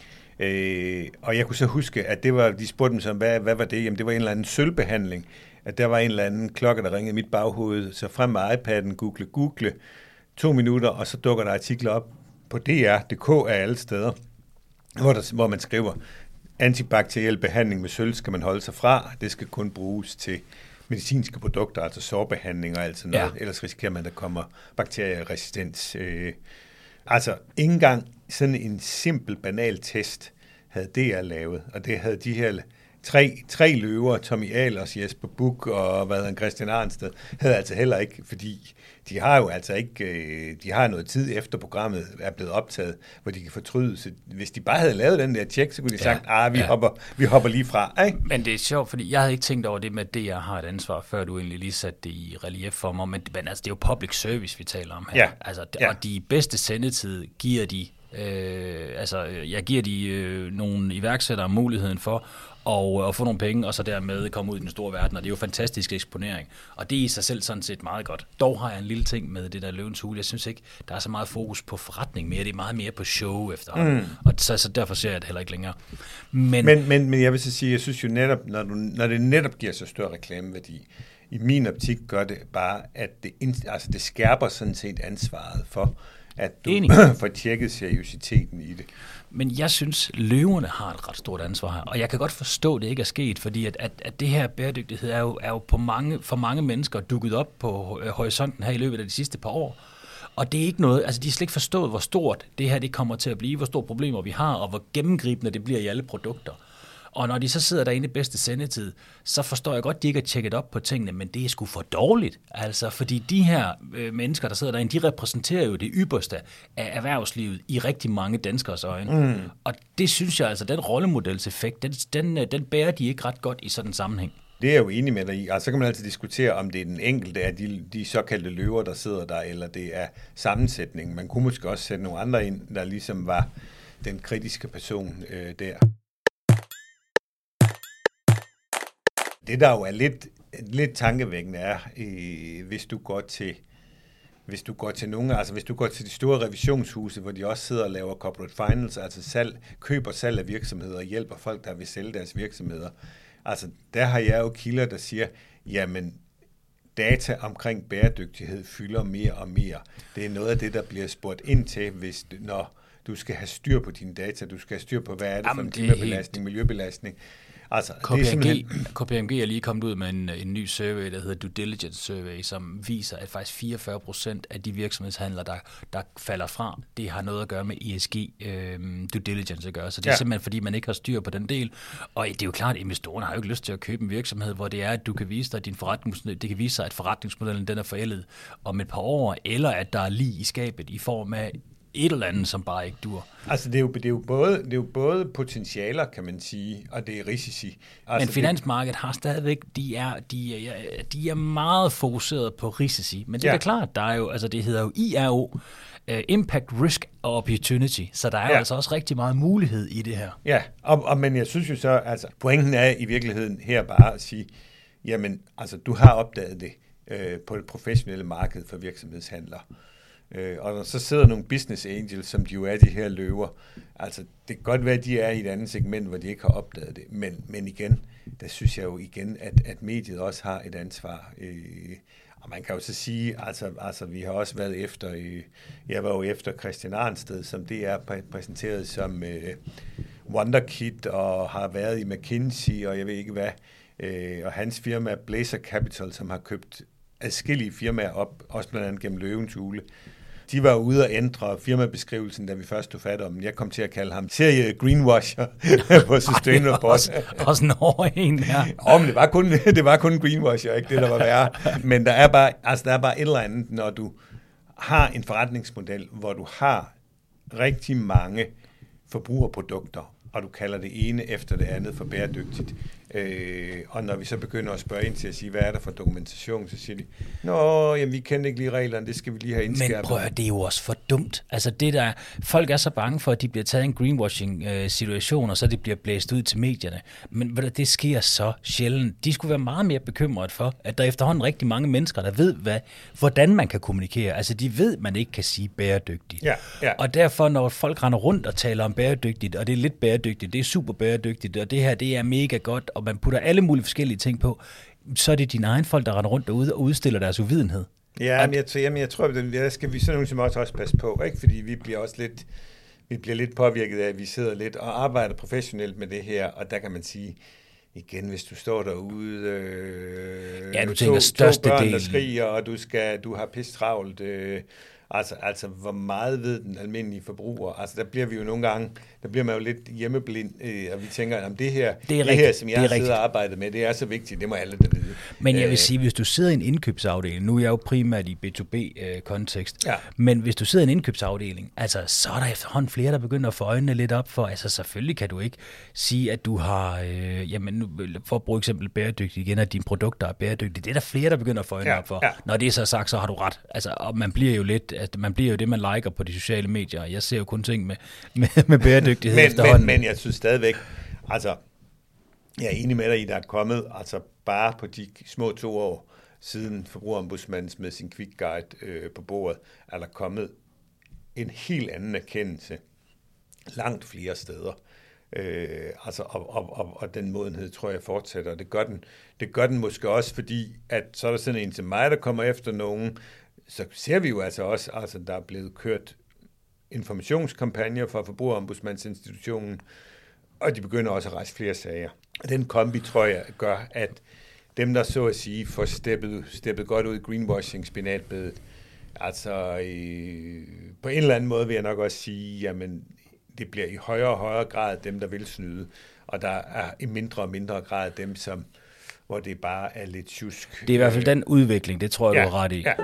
Speaker 1: Øh, og jeg kunne så huske, at det var, de spurgte dem så, hvad, hvad var det? Jamen det var en eller anden sølvbehandling. At der var en eller anden klokke, der ringede i mit baghoved. Så frem med iPad'en, google, google, to minutter, og så dukker der artikler op på D R punktum d k af alle steder, hvor, der, hvor man skriver, antibakteriel behandling med sølv skal man holde sig fra. Det skal kun bruges til medicinske produkter, altså sårbehandling og alt sådan noget. Ja. Ellers risikerer man, at der kommer bakterieresistens. Øh, altså, ikke engang sådan en simpel, banal test havde D R lavet, og det havde de her tre, tre løver, Tommy Ahlers, Jesper Buch og hvad hedder Christian Arnsted, havde altså heller ikke, fordi de har jo altså ikke, de har noget tid efter programmet er blevet optaget, hvor de kan fortryde. Så hvis de bare havde lavet den der tjek, så kunne de ja, sagt, ah, vi, ja. hopper, vi hopper lige fra. Ikke?
Speaker 2: Men det er sjovt, fordi jeg havde ikke tænkt over det med, at D R har et ansvar, før du egentlig lige satte det i relief for mig, men, men altså, det er jo public service, vi taler om her.
Speaker 1: Ja.
Speaker 2: Altså,
Speaker 1: ja.
Speaker 2: Og de bedste sendetid giver de, øh, altså jeg giver de øh, nogle iværksættere muligheden for, og, og få nogle penge, og så dermed komme ud i den store verden, og det er jo fantastisk eksponering. Og det er i sig selv sådan set meget godt. Dog har jeg en lille ting med det der Løvens Hule. Jeg synes ikke, der er så meget fokus på forretning mere. Det er meget mere på show efterhånden. Mm. Og så, så derfor ser jeg det heller ikke længere. Men,
Speaker 1: men, men, men jeg vil så sige, jeg synes jo netop, når, du, når det netop giver så stor reklameværdi, i min optik gør det bare, at det, altså det skærper sådan set ansvaret for, at du får tjekket seriøsiteten i det.
Speaker 2: Men jeg synes, løverne har et ret stort ansvar her, og jeg kan godt forstå, at det ikke er sket, fordi at, at, at det her bæredygtighed er jo, er jo på mange, for mange mennesker dukket op på horisonten her i løbet af de sidste par år. Og det er ikke noget, altså de har slet ikke forstået, hvor stort det her det kommer til at blive, hvor store problemer vi har, og hvor gennemgribende det bliver i alle produkter. Og når de så sidder derinde i bedste sendetid, så forstår jeg godt, at de ikke har tjekket op på tingene, men det er sgu for dårligt. Altså, fordi de her øh, mennesker, der sidder derinde, de repræsenterer jo det ypperste af erhvervslivet i rigtig mange danskers øjne. Mm. Og det synes jeg altså, den rollemodelseffekt, den, den, den bærer de ikke ret godt i sådan en sammenhæng.
Speaker 1: Det er jeg jo enig med dig i. Altså, så kan man altid diskutere, om det er den enkelte af de, de såkaldte løver, der sidder der, eller det er sammensætningen. Man kunne måske også sætte nogle andre ind, der ligesom var den kritiske person øh, der. Det der jo er lidt, lidt tankevækkende er, øh, hvis du går til, hvis du går til nogle, altså hvis du går til de store revisionshuse, hvor de også sidder og laver corporate finance, altså salg, køber salg af virksomheder og hjælper folk, der vil sælge deres virksomheder. Altså der har jeg jo kilder, der siger, jamen data omkring bæredygtighed fylder mere og mere. Det er noget af det, der bliver spurgt ind til, hvis, når du skal have styr på dine data, du skal have styr på, hvad er det Jamen, for en klimabelastning, helt... miljøbelastning. Altså,
Speaker 2: K P M G, det er simpelthen... K P M G er lige kommet ud med en, en ny survey, der hedder Due Diligence Survey, som viser, at faktisk fireogfyrre procent af de virksomhedshandlere, der, der falder fra, det har noget at gøre med E S G øh, Due Diligence at gøre. Så det er ja. simpelthen, fordi man ikke har styr på den del. Og det er jo klart, at investorerne har jo ikke lyst til at købe en virksomhed, hvor det er, at du kan vise dig, at din forretningsmodel, det kan vise sig, at forretningsmodellen den er forældet om et par år, eller at der er lige i skabet i form af et eller andet, som bare ikke dur.
Speaker 1: Altså, det er jo, det er jo, både, det er jo både potentialer, kan man sige, og det er risici. Altså,
Speaker 2: men finansmarkedet har stadigvæk, de er, de, er, de er meget fokuseret på risici, men det er ja. klart, der er jo, altså det hedder jo I R O, uh, Impact, Risk og Opportunity, så der er ja. jo altså også rigtig meget mulighed i det her.
Speaker 1: Ja, og, og, men jeg synes jo så, altså pointen er i virkeligheden her bare at sige, jamen, altså du har opdaget det øh, på det professionelle marked for virksomhedshandlere. Øh, og så sidder nogle business angels, som de jo er, de her løver. Altså, det kan godt være, at de er i et andet segment, hvor de ikke har opdaget det. Men, men igen, der synes jeg jo igen, at, at mediet også har et ansvar. Øh, og man kan jo så sige, altså, altså vi har også været efter, øh, jeg var jo efter Christian Arnsted, som det er præsenteret som øh, Wonderkid, og har været i McKinsey, og jeg ved ikke hvad. Øh, og hans firma Blazer Capital, som har købt adskillige firmaer op, også blandt andet gennem Løvens Hule. De var ude og ændre firmabeskrivelsen, da vi først tog fat om den. Jeg kom til at kalde ham serie greenwasher på Sustainable.
Speaker 2: også, også en hård en, ja.
Speaker 1: Oh, men det var kun, det var kun greenwasher, ikke det, der var værre. Men der er bare, altså, der er bare et eller andet, når du har en forretningsmodel, hvor du har rigtig mange forbrugerprodukter, og du kalder det ene efter det andet for bæredygtigt. Øh, og når vi så begynder at spørge ind til at sige, hvad er der for dokumentation, så siger de, nå, jamen, vi kender ikke lige reglerne, det skal vi lige have indskærpet.
Speaker 2: Men prøv at høre, det er jo også for dumt. Altså det der, folk er så bange for, at de bliver taget i en greenwashing-situation, og så det bliver blæst ud til medierne. Men det sker så sjældent. De skulle være meget mere bekymret for, at der er efterhånden rigtig mange mennesker, der ved, hvad, hvordan man kan kommunikere. Altså de ved, at man ikke kan sige bæredygtigt.
Speaker 1: Ja, ja.
Speaker 2: Og derfor, når folk render rundt og taler om bæredygtigt, og det er lidt bæredygtigt, det er super bæredygtigt, og det her, det er mega godt, og man putter alle mulige forskellige ting på, så er det dine egen folk, der render rundt derude og udstiller deres uvidenhed.
Speaker 1: Ja, men jeg, jamen, jeg tror, at der skal vi sådan nogle som også, også passe på, ikke? Fordi vi bliver også lidt, vi bliver lidt påvirket af, at vi sidder lidt og arbejder professionelt med det her, og der kan man sige, igen, hvis du står derude, øh,
Speaker 2: ja, du tænker
Speaker 1: to, to børn,
Speaker 2: del.
Speaker 1: der skriger, og du, skal, du har pisse travlt, øh, altså, altså, hvor meget ved den almindelige forbruger? Altså, der bliver vi jo nogle gange, der bliver man jo lidt hjemmeblind, øh, og vi tænker, om det her, det, det her, som jeg har siddet og arbejdet med, det er så vigtigt, det må alle der vide.
Speaker 2: Men jeg vil sige, hvis du sidder i en indkøbsafdeling, nu er jeg jo primært i B to B-kontekst,
Speaker 1: ja.
Speaker 2: Men hvis du sidder i en indkøbsafdeling, altså, så er der efterhånden flere, der begynder at få øjnene lidt op for, altså selvfølgelig kan du ikke sige, at du har, øh, jamen nu, for at bruge eksempel bæredygtigt igen, at dine produkter er bæredygtige, det er der flere, der begynder at få øjnene
Speaker 1: ja,
Speaker 2: op for.
Speaker 1: Ja.
Speaker 2: Når det er så sagt, så har du ret. Altså, og man bliver jo lidt, at man bliver jo det, man liker på de sociale medier. Jeg ser jo kun ting med, med, med bæredygtighed
Speaker 1: men,
Speaker 2: efterhånden.
Speaker 1: Men, men jeg synes stadigvæk, altså, jeg er enig med dig i, der er kommet, altså bare på de små to år siden Forbrugerombudsmanden smed sin Quick Guide øh, på bordet, er der kommet en helt anden erkendelse langt flere steder. Øh, altså, og, og, og, og den modenhed, tror jeg, fortsætter. Det gør den, det gør den måske også, fordi at så er der sådan en til mig, der kommer efter nogen, så ser vi jo altså også, altså der er blevet kørt informationskampagner fra Forbrugerombudsmandsinstitutionen, og de begynder også at rejse flere sager. Og den kombi, tror jeg, gør, at dem, der så at sige får steppet, steppet godt ud i greenwashing-spinatbedet, altså i, på en eller anden måde vil jeg nok også sige, jamen det bliver i højere og højere grad dem, der vil snyde, og der er i mindre og mindre grad dem, som, hvor det bare er lidt tjusk.
Speaker 2: Det er i hvert fald den udvikling, det tror jeg,
Speaker 1: ja,
Speaker 2: du har ret i.
Speaker 1: Ja.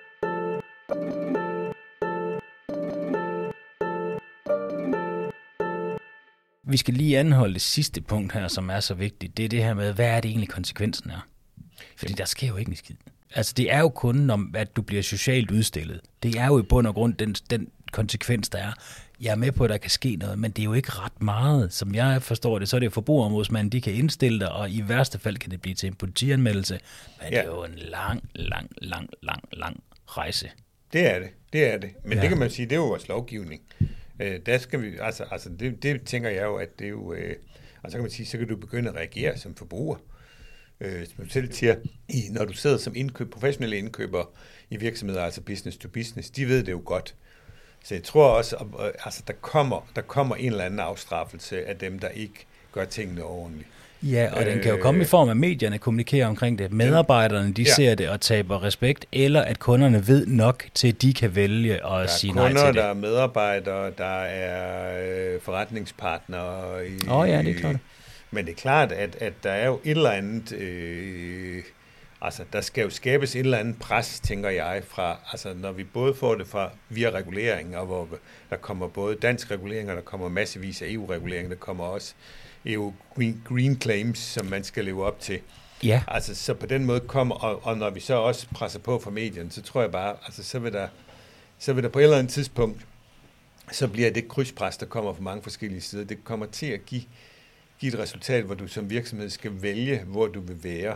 Speaker 2: Vi skal lige anholde det sidste punkt her, som er så vigtigt. Det er det her med, hvad er det egentlig konsekvensen er? Fordi der sker jo ikke en skid. Altså det er jo kun, om at du bliver socialt udstillet. Det er jo i bund og grund den, den konsekvens, der er. Jeg er med på, at der kan ske noget, men det er jo ikke ret meget. Som jeg forstår det, så er det jo Forbrugerombudsmanden, de kan indstille dig, og i værste fald kan det blive til en politianmeldelse. Men ja. Det er jo en lang, lang, lang, lang, lang rejse.
Speaker 1: Det er det, det er det. Men
Speaker 2: ja.
Speaker 1: Det kan man sige, det er jo vores lovgivning. Øh, der skal vi, altså, altså det, det tænker jeg jo, at det er jo, øh, og så kan man sige, så kan du begynde at reagere som forbruger. Øh, som du selv siger, i, når du sidder som indkøb, professionelle indkøber i virksomheder, altså business to business, de ved det jo godt. Så jeg tror også, at, altså, der, kommer, der kommer en eller anden afstraffelse af dem, der ikke gør tingene ordentligt.
Speaker 2: Ja, og den kan jo komme i form af, at medierne kommunikerer omkring det. Medarbejderne, de ja. ser det og taber respekt, eller at kunderne ved nok til, at de kan vælge at sige nej til det.
Speaker 1: Der er kunder, der er medarbejdere, der er øh, forretningspartnere. I,
Speaker 2: Åh oh, ja, det er klart.
Speaker 1: Men det er klart, at, at der er jo et eller andet, øh, altså der skal jo skabes et eller andet pres, tænker jeg, fra, altså når vi både får det fra via regulering, og hvor der kommer både dansk regulering, og der kommer massevis af E U-regulering, der kommer også E U green, green claims, som man skal leve op til.
Speaker 2: Ja.
Speaker 1: Altså så på den måde kommer, og, og når vi så også presser på fra medierne, så tror jeg bare, altså så vil der, så vil der på et eller andet tidspunkt, så bliver det krydspres, der kommer fra mange forskellige sider, det kommer til at give give et resultat, hvor du som virksomhed skal vælge, hvor du vil være.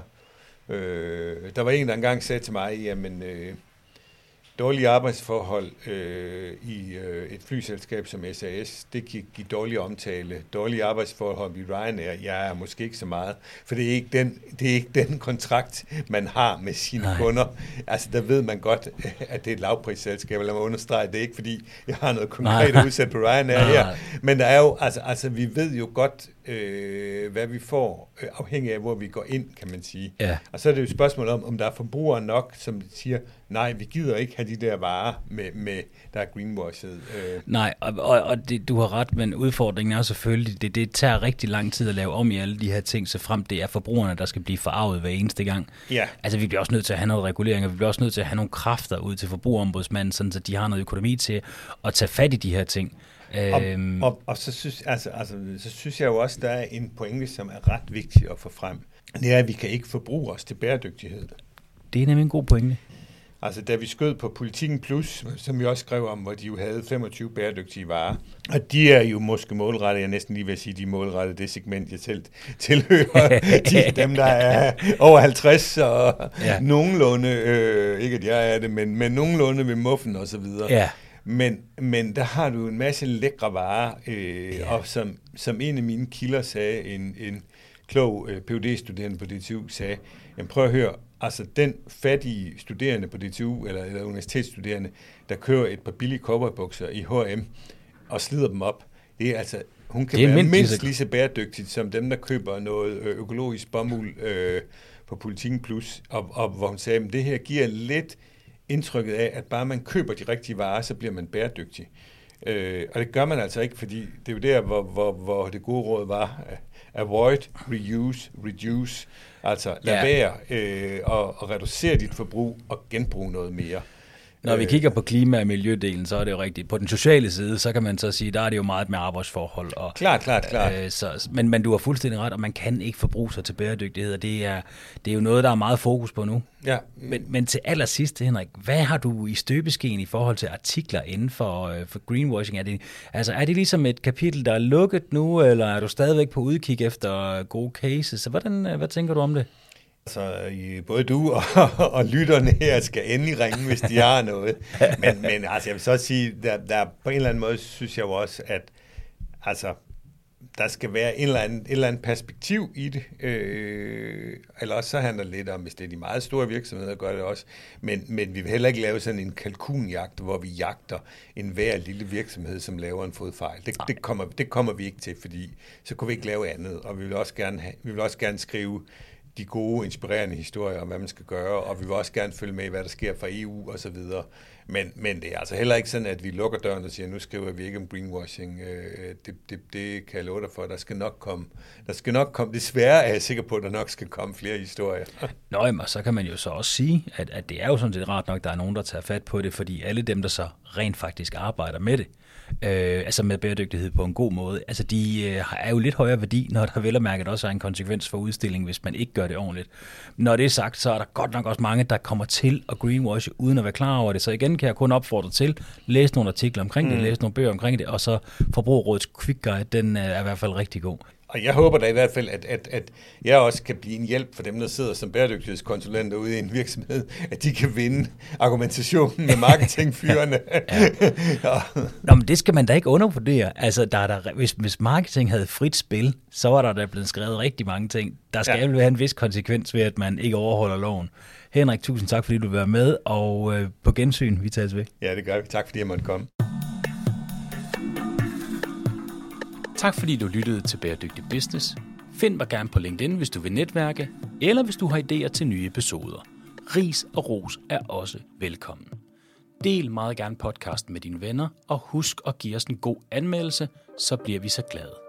Speaker 1: Øh, der var en, der engang sagde til mig, jamen, øh, dårlige arbejdsforhold øh, i øh, et flyselskab som S A S, det kan give dårlig omtale. Dårlige arbejdsforhold i Ryanair, ja, måske ikke så meget, for det er ikke den, det er ikke den kontrakt, man har med sine Nej. kunder. Altså, der ved man godt, at det er et lavprisselskab, lad mig understrege, det er ikke, fordi jeg har noget konkret udsat på Ryanair her, men der er jo, altså, altså vi ved jo godt, øh, hvad vi får, øh, afhængig af, hvor vi går ind, kan man sige.
Speaker 2: Ja.
Speaker 1: Og så er det jo et spørgsmål om, om der er forbrugere nok, som siger, nej, vi gider ikke have de der varer, med, med der er greenwashed. Øh.
Speaker 2: Nej, og, og, og det, du har ret, men udfordringen er selvfølgelig, det, det tager rigtig lang tid at lave om i alle de her ting, så frem det er forbrugerne, der skal blive forarvet hver eneste gang.
Speaker 1: Ja.
Speaker 2: Altså, vi bliver også nødt til at have noget regulering, og vi bliver også nødt til at have nogle kræfter ud til forbrugerombudsmanden, sådan så de har noget økonomi til at tage fat i de her ting.
Speaker 1: Og, øhm. og, og så, synes, altså, altså, så synes jeg jo også, der er en pointe, som er ret vigtig at få frem. Det er, at vi kan ikke forbruge os til bæredygtighed.
Speaker 2: Det er nemlig en god pointe.
Speaker 1: Altså, da vi skød på Politiken Plus, som vi også skrev om, hvor de jo havde femogtyve bæredygtige varer, og de er jo måske målrettet, jeg næsten lige vil sige, de er målrettet det segment, jeg selv tilhører, de, dem der er over halvtreds, og ja. nogenlunde, øh, ikke at jeg er det, men, men nogenlunde ved muffen og så videre.
Speaker 2: Ja.
Speaker 1: Men, men der har du en masse lækre varer, øh, ja. og som, som en af mine kilder sagde, en, en klog øh, P H D-studerende på D T U sagde, jamen prøv at høre, altså den fattige studerende på D T U, eller, eller universitetsstuderende, der kører et par billige cowboybukser i H og M, og slider dem op, det er altså, hun kan være mindst, mindst lige så bæredygtigt, som dem, der køber noget økologisk bomuld øh, på Politiken Plus, og, og hvor hun sagde, at det her giver lidt indtrykket af, at bare man køber de rigtige varer, så bliver man bæredygtig. Øh, og det gør man altså ikke, fordi det er jo der, hvor, hvor, hvor det gode råd var, avoid, reuse, reduce, altså lad ja. være øh, og, og reducere dit forbrug og genbruge noget mere.
Speaker 2: Når vi kigger på klima- og miljødelen, så er det jo rigtigt. På den sociale side, så kan man så sige, der er det jo meget med arbejdsforhold. Og,
Speaker 1: klart, klart, klart.
Speaker 2: Øh, så, men, men du har fuldstændig ret, og man kan ikke forbruge sig til bæredygtighed, og det er, det er jo noget, der er meget fokus på nu.
Speaker 1: Ja.
Speaker 2: Men, men til allersidst, Henrik, hvad har du i støbeskeen i forhold til artikler inden for, øh, for greenwashing? Er det, altså, er det ligesom et kapitel, der er lukket nu, eller er du stadigvæk på udkig efter gode cases? Så hvordan, hvad tænker du om det?
Speaker 1: Altså, både du og, og lytterne her skal endelig ringe, hvis de har noget. Men, men altså, jeg vil så sige, der, der på en eller anden måde, synes jeg jo også, at altså, der skal være en eller anden, et eller andet perspektiv i det. Øh, eller også så handler det lidt om, hvis det er de meget store virksomheder, gør det også. Men, men vi vil heller ikke lave sådan en kalkunjagt, hvor vi jagter en hver lille virksomhed, som laver en fodfejl. Det, det, kommer, det kommer vi ikke til, fordi så kunne vi ikke lave andet. Og vi vil også gerne, have, vi vil også gerne skrive de gode, inspirerende historier om, hvad man skal gøre, og vi vil også gerne følge med i, hvad der sker fra E U og så videre. Men, men det er altså heller ikke sådan, at vi lukker døren og siger, nu skriver vi ikke om greenwashing. Det, det, det kan jeg love dig for. Der skal nok komme, der skal nok komme, desværre er jeg sikker på, at der nok skal komme flere historier.
Speaker 2: Nå, jamen, så kan man jo så også sige, at, at det er jo sådan set rart nok, at der er nogen, der tager fat på det, fordi alle dem, der så rent faktisk arbejder med det, Øh, altså med bæredygtighed på en god måde. Altså de øh, er jo lidt højere værdi, når der vel og mærket også er en konsekvens for udstillingen, hvis man ikke gør det ordentligt. Når det er sagt, så er der godt nok også mange, der kommer til at greenwashe, uden at være klar over det. Så igen kan jeg kun opfordre til, læse nogle artikler omkring det, mm. læse nogle bøger omkring det, og så Forbrugerrådets Quick Guide, den er i hvert fald rigtig god.
Speaker 1: Og jeg håber da i hvert fald, at, at, at jeg også kan blive en hjælp for dem, der sidder som bæredygtighedskonsulenter ude i en virksomhed, at de kan vinde argumentationen med marketingfyrene.
Speaker 2: ja. ja. Nå, men det skal man da ikke undervurdere. Altså, der er der, hvis, hvis marketing havde frit spil, så var der da blevet skrevet rigtig mange ting. Der skal ja. være en vis konsekvens ved, at man ikke overholder loven. Henrik, tusind tak, fordi du var med, og øh, på gensyn, vi tages ved.
Speaker 1: Ja, det gør vi. Tak, fordi jeg måtte komme.
Speaker 2: Tak fordi du lyttede til Bæredygtig Business. Find mig gerne på LinkedIn, hvis du vil netværke, eller hvis du har idéer til nye episoder. Ris og ros er også velkommen. Del meget gerne podcasten med dine venner, og husk at give os en god anmeldelse, så bliver vi så glade.